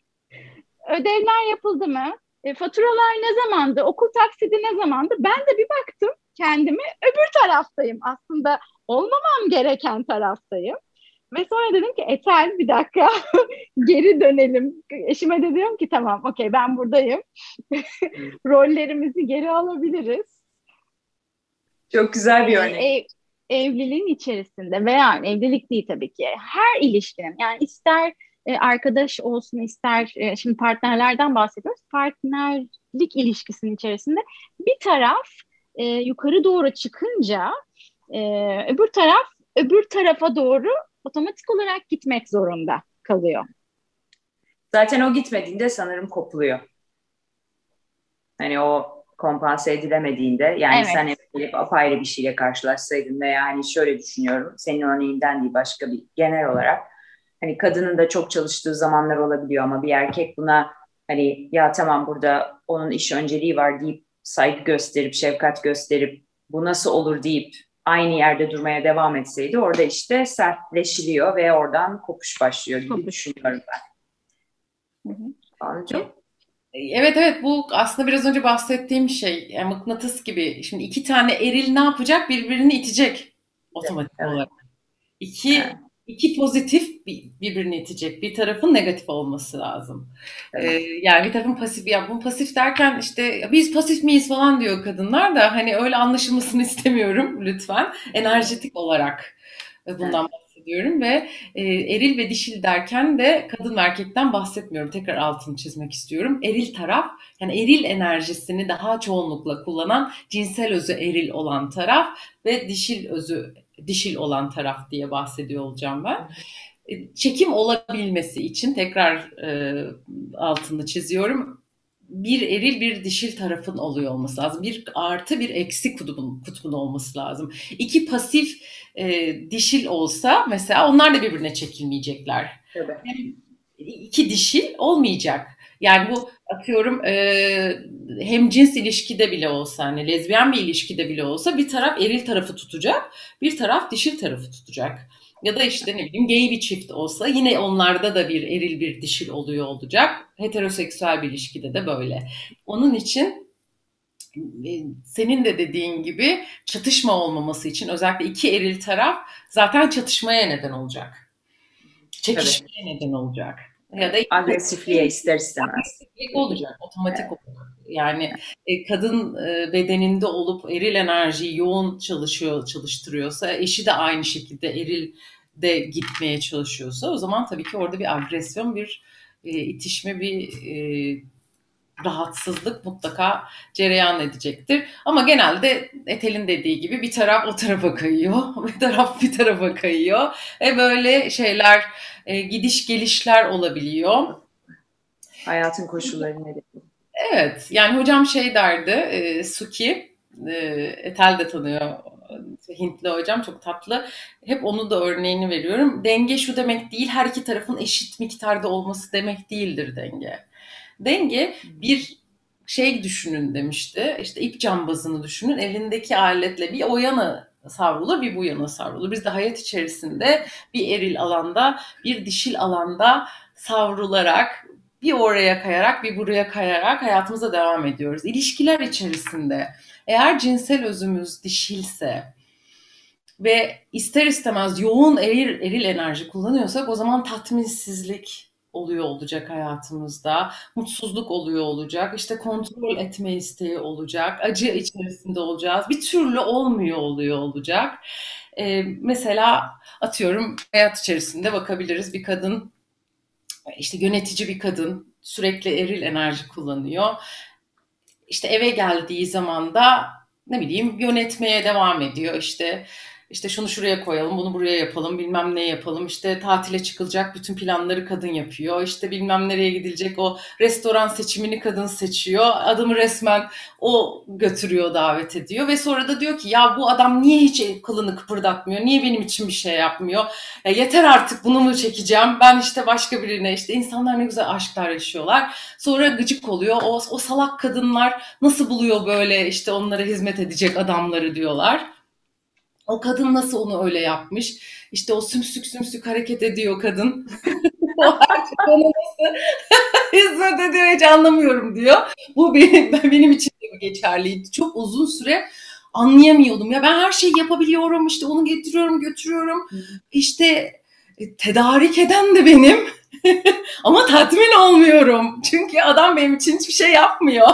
ödevler yapıldı mı? Faturalar ne zamandı? Okul taksidi ne zamandı? Ben de bir baktım kendimi öbür taraftayım. Aslında olmamam gereken taraftayım. Ve sonra dedim ki Etel bir dakika geri dönelim. Eşime de diyorum ki tamam okey ben buradayım. Rollerimizi geri alabiliriz. Çok güzel bir örnek. Evliliğin içerisinde veya evlilik değil tabii ki her ilişkinin yani ister arkadaş olsun ister şimdi partnerlerden bahsediyoruz. Partnerlik ilişkisinin içerisinde bir taraf yukarı doğru çıkınca e, öbür taraf öbür tarafa doğru otomatik olarak gitmek zorunda kalıyor. Zaten o gitmediğinde sanırım kopuluyor. Hani o kompanse edilemediğinde yani Evet. sen gelip apayrı bir şeyle karşılaşsaydın veya hani şöyle düşünüyorum senin örneğinden değil başka bir genel olarak hani kadının da çok çalıştığı zamanlar olabiliyor ama bir erkek buna hani ya tamam burada onun iş önceliği var deyip saygı gösterip şefkat gösterip bu nasıl olur deyip aynı yerde durmaya devam etseydi orada işte sertleşiliyor ve oradan kopuş başlıyor gibi düşünüyorum ben. Anladım. Evet, bu aslında biraz önce bahsettiğim şey yani mıknatıs gibi. Şimdi iki tane eril ne yapacak? Birbirini itecek otomatik Evet. olarak. İki, Evet. iki pozitif birbirini itecek. Bir tarafın negatif olması lazım. Evet. Yani bir tarafın pasif. Ya bu pasif derken işte biz pasif miyiz falan diyor kadınlar da hani öyle anlaşılmasını istemiyorum lütfen. Enerjetik olarak bundan bahsediyorum ve eril ve dişil derken de kadın ve erkekten bahsetmiyorum. Tekrar altını çizmek istiyorum. Eril taraf yani eril enerjisini daha çoğunlukla kullanan cinsel özü eril olan taraf ve dişil özü dişil olan taraf diye bahsediyor olacağım ben. Çekim olabilmesi için tekrar altını çiziyorum. Bir eril bir dişil tarafın oluyor olması lazım. Bir artı bir eksi kutbun olması lazım. İki pasif dişil olsa mesela onlar da birbirine çekilmeyecekler. Tabii. İki dişil olmayacak. Yani bu atıyorum hem cins ilişkide bile olsa hani lezbiyen bir ilişkide bile olsa bir taraf eril tarafı tutacak, bir taraf dişil tarafı tutacak. Ya da işte ne bileyim gay bir çift olsa yine onlarda da bir eril bir dişil oluyor olacak. Heteroseksüel bir ilişkide de böyle. Onun için senin de dediğin gibi çatışma olmaması için özellikle iki eril taraf zaten çatışmaya neden olacak. Çekişmeye Tabii. neden olacak. Ya da Agresifliğe ister istemez. agresiflik olacak otomatik olarak. Yani kadın bedeninde olup eril enerjiyi yoğun çalıştırıyorsa, eşi de aynı şekilde eril de gitmeye çalışıyorsa o zaman tabii ki orada bir agresyon, bir itişme, bir rahatsızlık mutlaka cereyan edecektir. Ama genelde Etel'in dediği gibi bir taraf o tarafa kayıyor, bir taraf bir tarafa kayıyor ve böyle şeyler gidiş gelişler olabiliyor. Hayatın koşulları nedeniyle. Evet, yani hocam şey derdi, Suki, Etel de tanıyor, Hintli hocam çok tatlı. Hep onu da örneğini veriyorum. Denge şu demek değil, her iki tarafın eşit miktarda olması demek değildir denge. Denge bir şey düşünün demişti. İşte ip cambazını düşünün. Elindeki aletle bir o yana savrulur, bir bu yana savrulur. Biz de hayat içerisinde bir eril alanda, bir dişil alanda savrularak, bir oraya kayarak, bir buraya kayarak hayatımıza devam ediyoruz. İlişkiler içerisinde eğer cinsel özümüz dişilse ve ister istemez yoğun eril enerji kullanıyorsak o zaman tatminsizlik oluyor olacak hayatımızda. Mutsuzluk oluyor olacak. İşte kontrol etme isteği olacak. Acı içerisinde olacağız. Bir türlü olmuyor oluyor olacak. Mesela atıyorum hayat içerisinde bakabiliriz bir kadın işte yönetici bir kadın sürekli eril enerji kullanıyor. İşte eve geldiği zaman da ne bileyim yönetmeye devam ediyor. İşte İşte şunu şuraya koyalım, bunu buraya yapalım, bilmem ne yapalım. İşte tatile çıkılacak bütün planları kadın yapıyor. İşte bilmem nereye gidilecek o restoran seçimini kadın seçiyor. Adamı resmen o götürüyor, davet ediyor. Ve sonra da diyor ki ya bu adam niye hiç kılını kıpırdatmıyor? Niye benim için bir şey yapmıyor? Ya yeter artık, bunu mu çekeceğim? Ben işte başka birine, işte insanlar ne güzel aşklar yaşıyorlar. Sonra gıcık oluyor. O salak kadınlar nasıl buluyor böyle işte onlara hizmet edecek adamları diyorlar. O kadın nasıl onu öyle yapmış? İşte o sümsük sümsük hareket ediyor kadın. O artık bana nasıl hizmet ediyor hiç anlamıyorum diyor. Bu benim için de geçerliydi. Çok uzun süre anlayamıyordum. Ya ben her şeyi yapabiliyorum. İşte onu getiriyorum, götürüyorum. İşte tedarik eden de benim. Ama tatmin olmuyorum. Çünkü adam benim için hiçbir şey yapmıyor.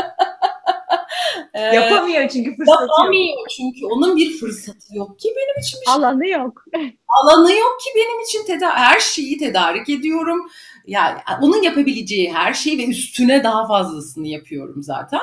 Yapamıyor çünkü fırsatı yok. Yapamıyor çünkü onun bir fırsatı yok ki benim için bir şey. Alanı yok. Alanı yok ki benim için, her şeyi tedarik ediyorum. Yani onun yapabileceği her şeyi ve üstüne daha fazlasını yapıyorum zaten.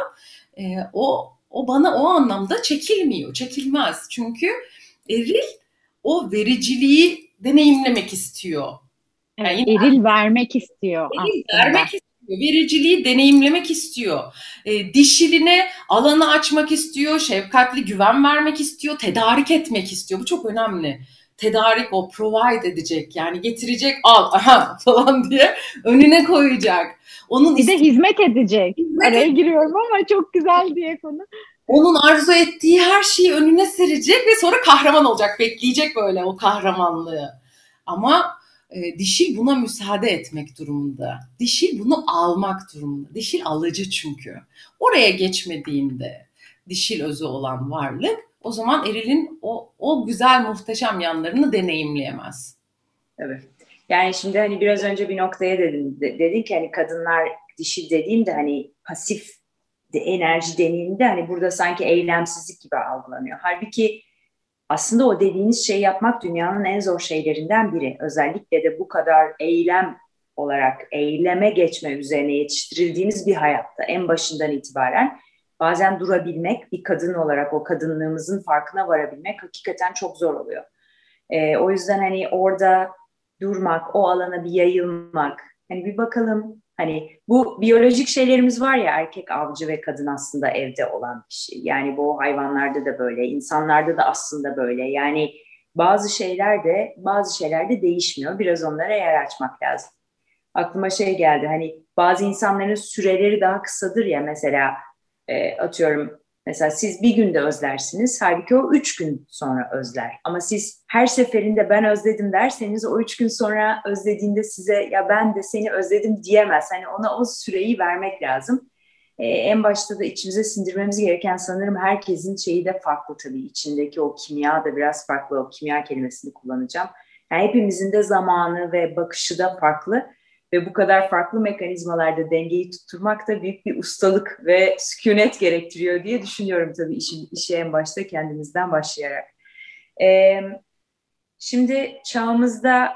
O bana o anlamda çekilmiyor, çekilmez. Çünkü eril o vericiliği deneyimlemek istiyor. Evet, Yani eril vermek istiyor aslında. vermek istiyor, vericiliği deneyimlemek istiyor. Dişiline alanı açmak istiyor, şefkatli güven vermek istiyor, tedarik etmek istiyor. Bu çok önemli. Tedarik, o provide edecek, yani getirecek, al aha falan diye önüne koyacak. Onun Bir de hizmet edecek. hizmet Araya giriyorum ama çok güzel diye konu. onun arzu ettiği her şeyi önüne serecek ve sonra kahraman olacak, bekleyecek böyle o kahramanlığı. Ama dişil buna müsaade etmek durumunda. Dişil bunu almak durumunda. Dişil alıcı çünkü. Oraya geçmediğinde dişil özü olan varlık, o zaman erilin o güzel muhteşem yanlarını deneyimleyemez. Evet. Yani şimdi hani biraz önce bir noktaya dedin ki hani kadınlar dişil dediğimde hani pasif enerji deneyiminde hani burada sanki eylemsizlik gibi algılanıyor. Halbuki aslında o dediğiniz şeyi yapmak dünyanın en zor şeylerinden biri. Özellikle de bu kadar eylem olarak eyleme geçme üzerine yetiştirildiğimiz bir hayatta en başından itibaren bazen durabilmek, bir kadın olarak o kadınlığımızın farkına varabilmek hakikaten çok zor oluyor. O yüzden hani orada durmak, o alana bir yayılmak, hani bir bakalım, hani bu biyolojik şeylerimiz var ya, erkek avcı ve kadın aslında evde olan bir şey. Yani bu hayvanlarda da böyle, insanlarda da aslında böyle. Yani bazı şeyler de değişmiyor. Biraz onlara yer açmak lazım. Aklıma şey geldi, hani bazı insanların süreleri daha kısadır ya, mesela atıyorum, mesela siz bir günde özlersiniz, halbuki o 3 gün sonra özler. Ama siz her seferinde ben özledim derseniz o 3 gün sonra özlediğinde size ya ben de seni özledim diyemez. Hani ona o süreyi vermek lazım. En başta da içimize sindirmemiz gereken sanırım herkesin şeyi de farklı tabii. İçindeki o kimya da biraz farklı. O kimya kelimesini kullanacağım. Yani hepimizin de zamanı ve bakışı da farklı. Ve bu kadar farklı mekanizmalarda dengeyi tutturmak da büyük bir ustalık ve sükunet gerektiriyor diye düşünüyorum tabii işe en başta kendimizden başlayarak. Şimdi çağımızda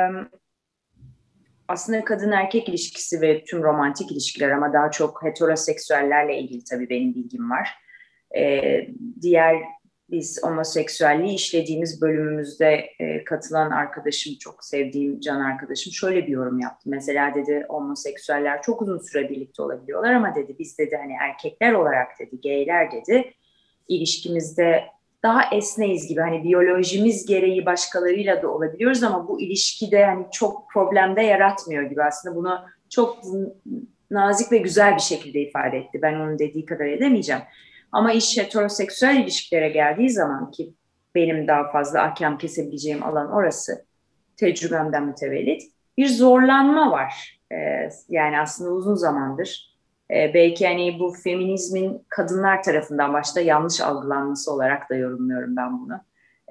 aslında kadın erkek ilişkisi ve tüm romantik ilişkiler, ama daha çok heteroseksüellerle ilgili tabii benim bilgim var. Diğer biz homoseksüelliği işlediğimiz bölümümüzde katılan arkadaşım, çok sevdiğim can arkadaşım şöyle bir yorum yaptı. Mesela dedi homoseksüeller çok uzun süre birlikte olabiliyorlar ama dedi biz dedi hani erkekler olarak dedi, gayler dedi ilişkimizde daha esneyiz gibi, hani biyolojimiz gereği başkalarıyla da olabiliyoruz ama bu ilişkide hani çok problemde yaratmıyor gibi, aslında bunu çok nazik ve güzel bir şekilde ifade etti. Ben onun dediği kadar edemeyeceğim. Ama iş heteroseksüel ilişkilere geldiği zaman, ki benim daha fazla ahkam kesebileceğim alan orası, tecrübemden mütevellit bir zorlanma var. Yani aslında uzun zamandır belki hani bu feminizmin kadınlar tarafından başta yanlış algılanması olarak da yorumluyorum ben bunu.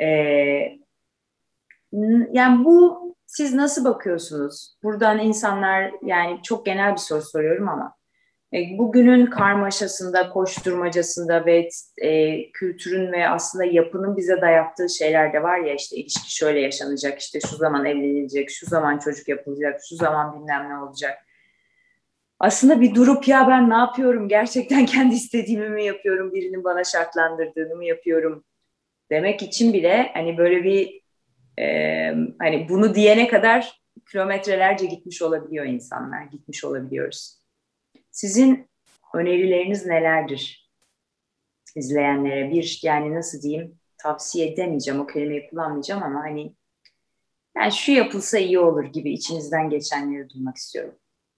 Yani bu, siz nasıl bakıyorsunuz? Buradan insanlar, yani çok genel bir soru soruyorum ama bugünün karmaşasında, koşturmacasında ve kültürün ve aslında yapının bize dayattığı şeyler de var ya, işte ilişki şöyle yaşanacak, işte şu zaman evlenilecek, şu zaman çocuk yapılacak, şu zaman bilmem ne olacak. Aslında bir durup ya ben ne yapıyorum? Gerçekten kendi istediğimi mi yapıyorum? Birinin bana şartlandırdığını mı yapıyorum? demek için bile hani böyle bir hani bunu diyene kadar kilometrelerce gitmiş olabiliyor insanlar, gitmiş olabiliyoruz. Sizin önerileriniz nelerdir izleyenlere? Bir, yani nasıl diyeyim, tavsiye edemeyeceğim, o kelimeyi kullanmayacağım ama hani yani şu yapılsa iyi olur gibi içinizden geçenleri duymak istiyorum.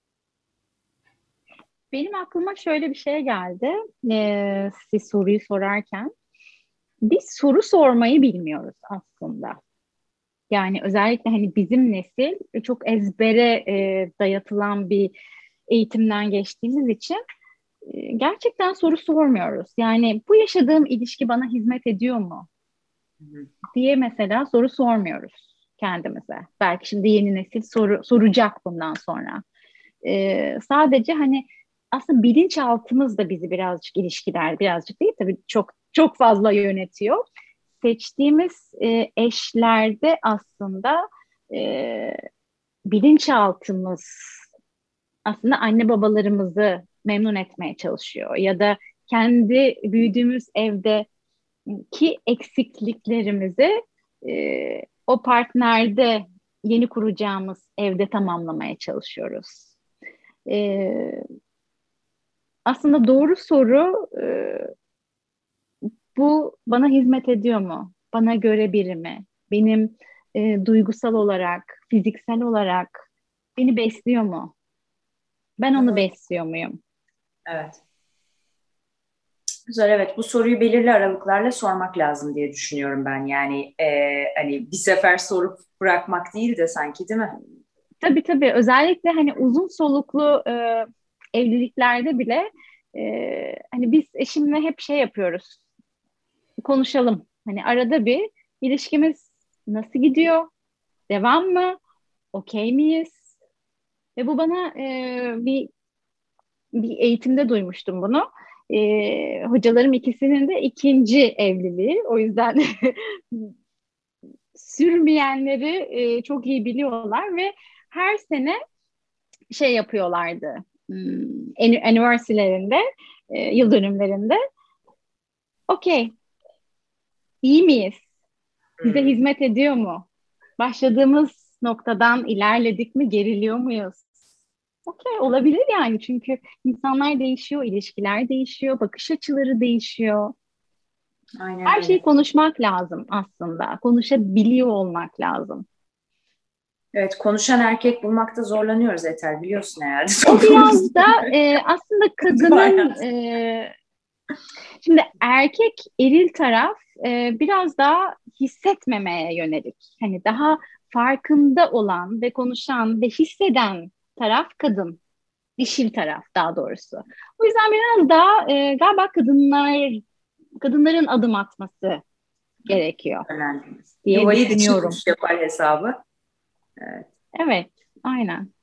Benim aklıma şöyle bir şey geldi. Siz soruyu sorarken. Biz soru sormayı bilmiyoruz aslında. Yani özellikle hani bizim nesil çok ezbere dayatılan bir eğitimden geçtiğimiz için gerçekten soru sormuyoruz. Yani bu yaşadığım ilişki bana hizmet ediyor mu diye mesela soru sormuyoruz kendimize. Belki şimdi yeni nesil soracak bundan sonra. Sadece hani aslında bilinçaltımız da bizi birazcık ilişkiler, birazcık değil tabii çok çok fazla yönetiyor. Seçtiğimiz eşlerde aslında e, bilinçaltımız aslında anne babalarımızı memnun etmeye çalışıyor ya da kendi büyüdüğümüz evdeki eksikliklerimizi o partnerde yeni kuracağımız evde tamamlamaya çalışıyoruz. E, Aslında doğru soru bu bana hizmet ediyor mu? Bana göre biri mi? Benim duygusal olarak, fiziksel olarak beni besliyor mu? Ben onu Hı, besliyor muyum? evet. Güzel, evet. Bu soruyu belirli aralıklarla sormak lazım diye düşünüyorum ben. Yani hani bir sefer sorup bırakmak değil de sanki, değil mi? Tabii tabii. Özellikle hani uzun soluklu evliliklerde bile hani biz eşimle hep şey yapıyoruz. Konuşalım. Hani arada bir ilişkimiz nasıl gidiyor? Devam mı? Okey miyiz? Ve bu bana bir eğitimde duymuştum bunu. Hocalarım ikisinin de ikinci evliliği. O yüzden sürmeyenleri çok iyi biliyorlar ve her sene şey yapıyorlardı. Anniversary'lerinde, yıl dönümlerinde. Okey, iyi miyiz? Bize Hmm. hizmet ediyor mu? Başladığımız noktadan ilerledik mi? Geriliyor muyuz? Okey, olabilir yani çünkü insanlar değişiyor, ilişkiler değişiyor, bakış açıları değişiyor. Aynen Her şeyi öyle. konuşmak lazım aslında. Konuşabiliyor olmak lazım. Evet, konuşan erkek bulmakta zorlanıyoruz Eter, biliyorsun herhalde O biraz da toplumumuzda. aslında Bayağı. kadının şimdi erkek eril taraf biraz daha hissetmemeye yönelik. Hani daha farkında olan ve konuşan ve hisseden taraf kadın. Dişil taraf daha doğrusu. O yüzden biraz daha galiba kadınların adım atması gerekiyor Önemli. diye Yuvayı dişi düşünüyorum. kuş yapar hesabı. Evet. Evet, aynen.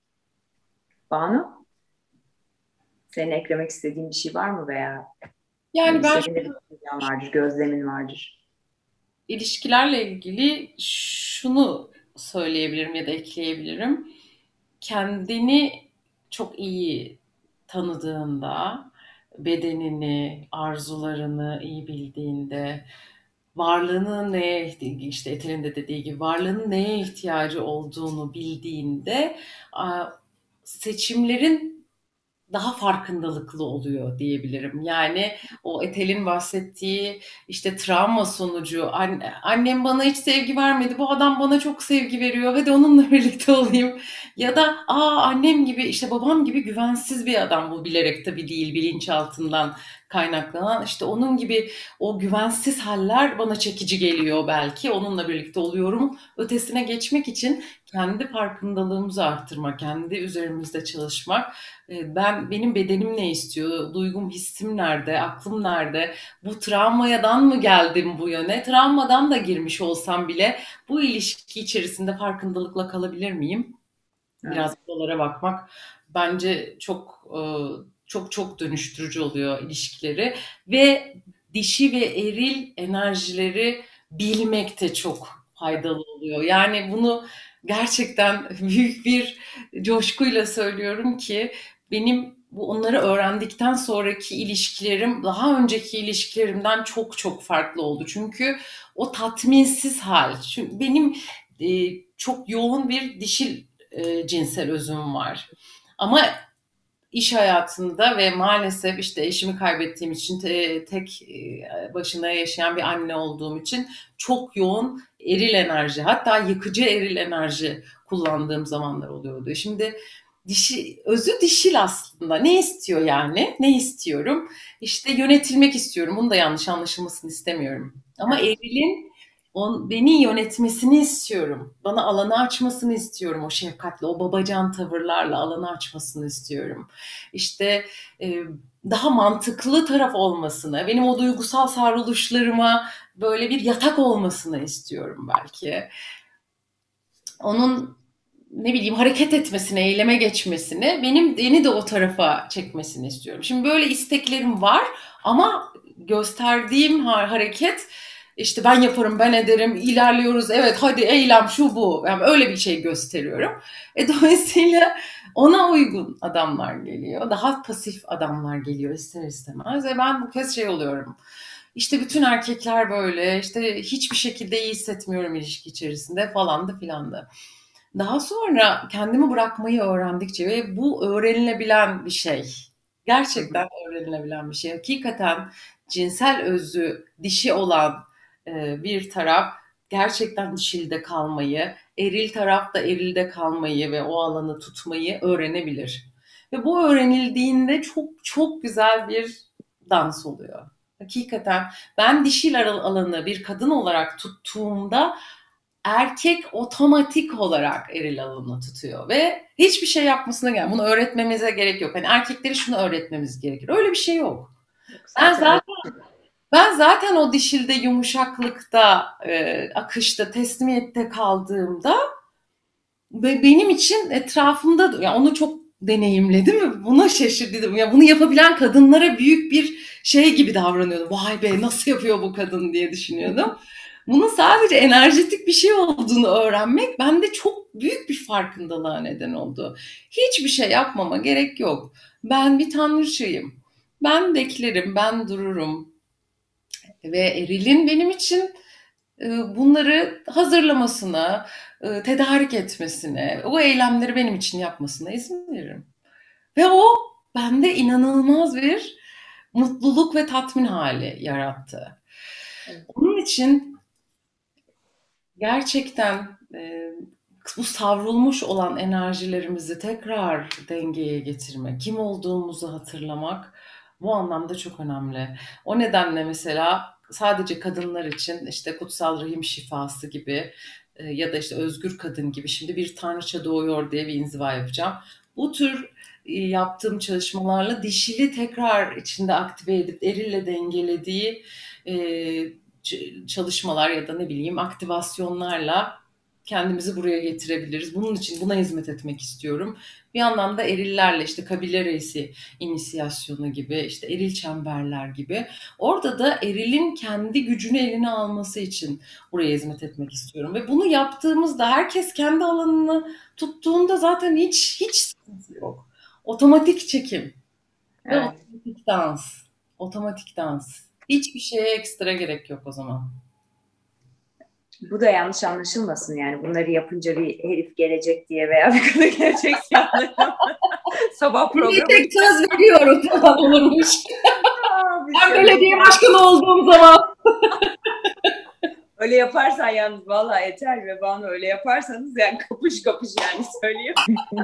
Banu, senin eklemek istediğin bir şey var mı veya Yani ben senin de bir düşüncen vardır, gözlemin vardır. ilişkilerle ilgili şunu söyleyebilirim ya da ekleyebilirim. Kendini çok iyi tanıdığında, bedenini, arzularını iyi bildiğinde, varlığının neye işte Etel'in de dediği gibi varlığının neye ihtiyacı olduğunu bildiğinde seçimlerin daha farkındalıklı oluyor diyebilirim. Yani o Etel'in bahsettiği işte travma sonucu annem bana hiç sevgi vermedi. Bu adam bana çok sevgi veriyor. Hadi onunla birlikte olayım. Ya da annem gibi işte babam gibi güvensiz bir adam, bu bilerek tabii değil, bilinçaltından kaynaklanan, işte onun gibi o güvensiz haller bana çekici geliyor, belki onunla birlikte oluyorum. Ötesine geçmek için kendi farkındalığımızı arttırmak, kendi üzerimizde çalışmak. Benim bedenim ne istiyor? Duygum, hissim nerede? Aklım nerede? Bu travmadan mı geldim bu yöne? Travmadan da girmiş olsam bile bu ilişki içerisinde farkındalıkla kalabilir miyim? Evet. Biraz buralara bakmak bence çok çok dönüştürücü oluyor ilişkileri ve dişi ve eril enerjileri bilmek de çok faydalı oluyor. Yani bunu gerçekten büyük bir coşkuyla söylüyorum ki benim bu onları öğrendikten sonraki ilişkilerim daha önceki ilişkilerimden çok çok farklı oldu. Çünkü o tatminsiz hal. Çünkü benim çok yoğun bir dişil cinsel özüm var. Ama iş hayatında ve maalesef işte eşimi kaybettiğim için tek başına yaşayan bir anne olduğum için çok yoğun eril enerji, hatta yıkıcı eril enerji kullandığım zamanlar oluyordu. Şimdi özü dişil aslında. Ne istiyor yani? Ne istiyorum? İşte yönetilmek istiyorum. Bunu da yanlış anlaşılmasını istemiyorum. Ama erilin beni yönetmesini istiyorum. Bana alanı açmasını istiyorum o şefkatle, o babacan tavırlarla alanı açmasını istiyorum. İşte daha mantıklı taraf olmasını, benim o duygusal sarılışlarıma böyle bir yatak olmasını istiyorum belki. Onun ne bileyim hareket etmesini, eyleme geçmesini, beni de o tarafa çekmesini istiyorum. Şimdi böyle isteklerim var ama gösterdiğim hareket işte ben yaparım, ben ederim, ilerliyoruz, evet hadi eylem şu bu. Yani öyle bir şey gösteriyorum. Dolayısıyla ona uygun adamlar geliyor. Daha pasif adamlar geliyor ister istemez. Ve ben bu kez şey oluyorum. İşte bütün erkekler böyle, işte hiçbir şekilde iyi hissetmiyorum ilişki içerisinde falan da filan da. Daha sonra kendimi bırakmayı öğrendikçe ve bu öğrenilebilen bir şey. Gerçekten öğrenilebilen bir şey. Hakikaten cinsel özü dişi olan bir taraf gerçekten dişilde kalmayı, eril taraf da erilde kalmayı ve o alanı tutmayı öğrenebilir. Ve bu öğrenildiğinde çok çok güzel bir dans oluyor. Hakikaten ben dişil alanı bir kadın olarak tuttuğumda erkek otomatik olarak eril alanı tutuyor ve hiçbir şey yapmasına gerek. Bunu öğretmemize gerek yok. Hani erkekleri şunu öğretmemiz gerekir. Öyle bir şey yok. Ben zaten o dişilde, yumuşaklıkta, akışta, teslimiyette kaldığımda ve benim için etrafımda, yani onu çok deneyimledim ve buna şaşırdım. Ya bunu yapabilen kadınlara büyük bir şey gibi davranıyordum. Vay be nasıl yapıyor bu kadın diye düşünüyordum. Bunun sadece enerjetik bir şey olduğunu öğrenmek bende çok büyük bir farkındalığa neden oldu. Hiçbir şey yapmama gerek yok. Ben bir tanrıçayım. Ben beklerim, ben dururum. Ve erilin benim için bunları hazırlamasına, tedarik etmesine, o eylemleri benim için yapmasına izin veririm. Ve o bende inanılmaz bir mutluluk ve tatmin hali yarattı. Onun için gerçekten bu savrulmuş olan enerjilerimizi tekrar dengeye getirmek, kim olduğumuzu hatırlamak bu anlamda çok önemli. O nedenle mesela sadece kadınlar için işte kutsal rahim şifası gibi ya da işte özgür kadın gibi şimdi bir tanrıça doğuyor diye bir inziva yapacağım. Bu tür yaptığım çalışmalarla dişili tekrar içinde aktive edip erille dengelediği çalışmalar ya da ne bileyim aktivasyonlarla kendimizi buraya getirebiliriz. Bunun için buna hizmet etmek istiyorum. Bir yandan da erillerle işte kabile reisi inisiyasyonu gibi, işte eril çemberler gibi. Orada da erilin kendi gücünü eline alması için buraya hizmet etmek istiyorum. Ve bunu yaptığımızda herkes kendi alanını tuttuğunda zaten hiç sıkıntı yok. Otomatik çekim ve otomatik dans. Otomatik dans. Hiçbir şeye ekstra gerek yok o zaman. Bu da yanlış anlaşılmasın yani. Bunları yapınca bir herif gelecek diye veya bir kadın gelecek diye anlaşılmasın. Sabah programı. Bir tek söz veriyorum falan olurmuş. Ben belediye başkanı olduğum zaman. Öyle yaparsan yalnız vallahi Etel ve Banu öyle yaparsanız yani kapış kapış yani söyleyeyim.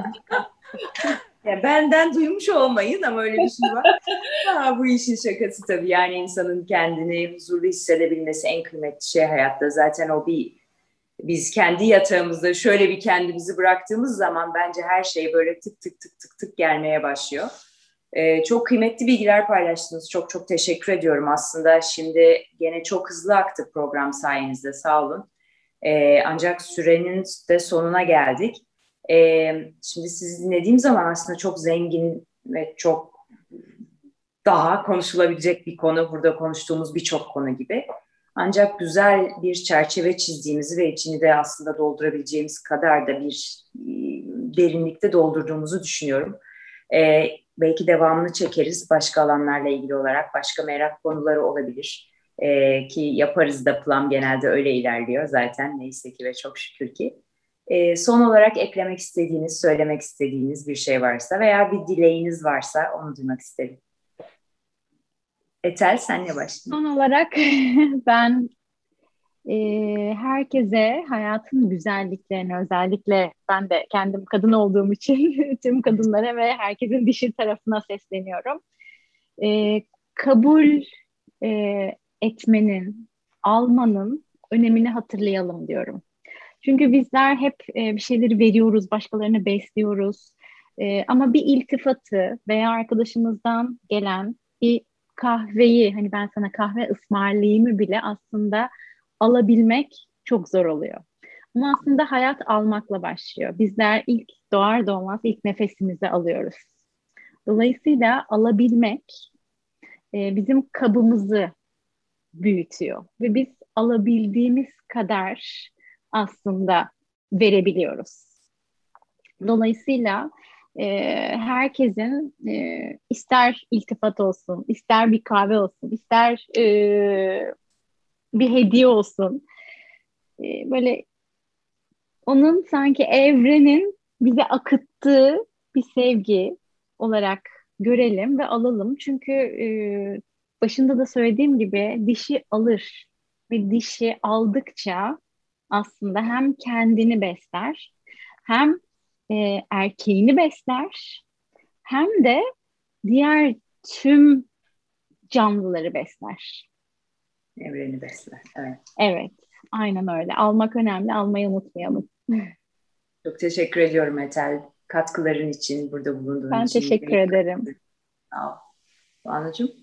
Ya benden duymuş olmayın ama öyle bir şey var. Bu işin şakası tabii. Yani insanın kendini huzurlu hissedebilmesi en kıymetli şey hayatta. Zaten o biz kendi yatağımızda şöyle bir kendimizi bıraktığımız zaman bence her şey böyle tık tık tık tık tık gelmeye başlıyor. Çok kıymetli bilgiler paylaştınız. Çok çok teşekkür ediyorum aslında. Şimdi gene çok hızlı aktı program sayenizde. Sağ olun. Ancak sürenin de sonuna geldik. Şimdi sizi dinlediğim zaman aslında çok zengin ve çok daha konuşulabilecek bir konu. Burada konuştuğumuz birçok konu gibi. Ancak güzel bir çerçeve çizdiğimizi ve içini de aslında doldurabileceğimiz kadar da bir derinlikte doldurduğumuzu düşünüyorum. belki devamını çekeriz başka alanlarla ilgili olarak. Başka merak konuları olabilir. Ki yaparız da, plan genelde öyle ilerliyor zaten, neyse ki ve çok şükür ki. Son olarak eklemek istediğiniz, söylemek istediğiniz bir şey varsa veya bir dileğiniz varsa onu duymak isterim. Etel, senle başlayalım. Son olarak ben herkese hayatın güzelliklerini, özellikle ben de kendim kadın olduğum için tüm kadınlara ve herkesin dişil tarafına sesleniyorum. Kabul etmenin, almanın önemini hatırlayalım diyorum. Çünkü bizler hep bir şeyleri veriyoruz, başkalarını besliyoruz. Ama bir iltifatı veya arkadaşımızdan gelen bir kahveyi, hani ben sana kahve ısmarlayayım bile aslında alabilmek çok zor oluyor. Ama aslında hayat almakla başlıyor. Bizler ilk doğar doğmaz ilk nefesimizi alıyoruz. Dolayısıyla alabilmek bizim kabımızı büyütüyor ve biz alabildiğimiz kadar aslında verebiliyoruz. Dolayısıyla herkesin ister iltifat olsun, ister bir kahve olsun, ister bir hediye olsun, böyle onun sanki evrenin bize akıttığı bir sevgi olarak görelim ve alalım. Çünkü başında da söylediğim gibi dişi alır ve dişi aldıkça aslında hem kendini besler, hem erkeğini besler, hem de diğer tüm canlıları besler. Evreni besler. Evet. Evet, aynen öyle. Almak önemli, almayı unutmayalım. Çok teşekkür ediyorum Etel. Katkıların için, burada bulunduğun Ben için. teşekkür ederim. Sağ ol. Banu'cum.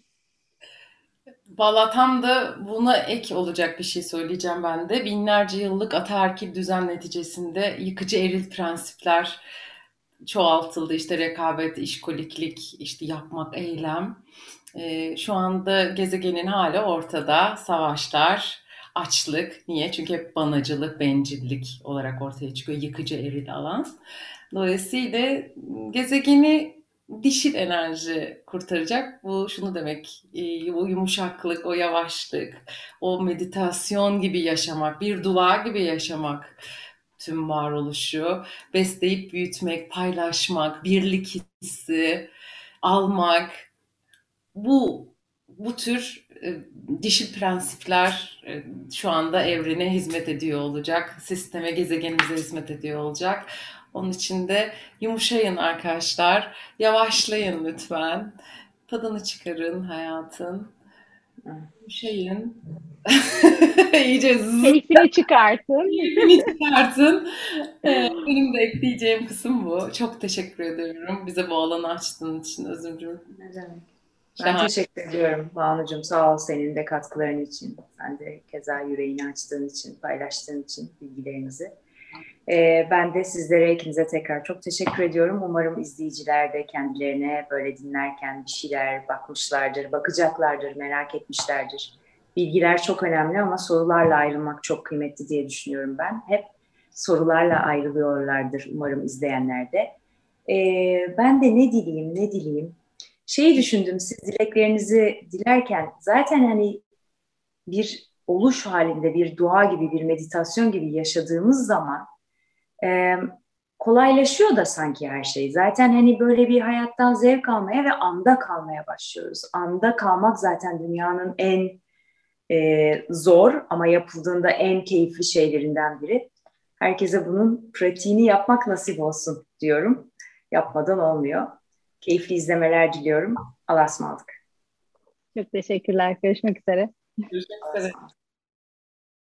Valla tam da buna ek olacak bir şey söyleyeceğim ben de. Binlerce yıllık ataerkil düzen neticesinde yıkıcı eril prensipler çoğaltıldı. İşte rekabet, işkoliklik, işte yapmak, eylem. Şu anda gezegenin hali ortada. Savaşlar, açlık. Niye? Çünkü hep banacılık, bencillik olarak ortaya çıkıyor. Yıkıcı eril alan. Dolayısıyla gezegeni dişil enerji kurtaracak. Bu şunu demek, o yumuşaklık, o yavaşlık, o meditasyon gibi yaşamak, bir dua gibi yaşamak tüm varoluşu, besleyip büyütmek, paylaşmak, birlik hissi, almak, bu tür dişil prensipler şu anda evrene hizmet ediyor olacak, sisteme, gezegenimize hizmet ediyor olacak. Onun için de yumuşayın arkadaşlar, yavaşlayın lütfen, tadını çıkarın hayatın, yumuşayın, iyice Keyfini çıkartın. keyfini çıkartın. Benim de ekleyeceğim kısım bu. Çok teşekkür ediyorum bize bu alanı açtığın için Özümcüğüm. Ne demek? Ben Şahane. teşekkür ediyorum Banu'cum. Sağ ol senin de katkıların için. Sen de keza yüreğini açtığın için, paylaştığın için bilgilerinizi. Ben de sizlere, ikinize tekrar çok teşekkür ediyorum. Umarım izleyiciler de kendilerine böyle dinlerken bir şeyler bakmışlardır, bakacaklardır, merak etmişlerdir. Bilgiler çok önemli ama sorularla ayrılmak çok kıymetli diye düşünüyorum ben. Hep sorularla ayrılıyorlardır umarım izleyenler de. Ben de ne dileyim. Şeyi düşündüm, siz dileklerinizi dilerken zaten hani bir oluş halinde, bir dua gibi, bir meditasyon gibi yaşadığımız zaman kolaylaşıyor da sanki her şey. Zaten hani böyle bir hayattan zevk almaya ve anda kalmaya başlıyoruz. Anda kalmak zaten dünyanın en zor ama yapıldığında en keyifli şeylerinden biri. Herkese bunun pratiğini yapmak nasip olsun diyorum. Yapmadan olmuyor. Keyifli izlemeler diliyorum. Allah'a ısmarladık. Çok teşekkürler. Görüşmek üzere. Görüşmek üzere.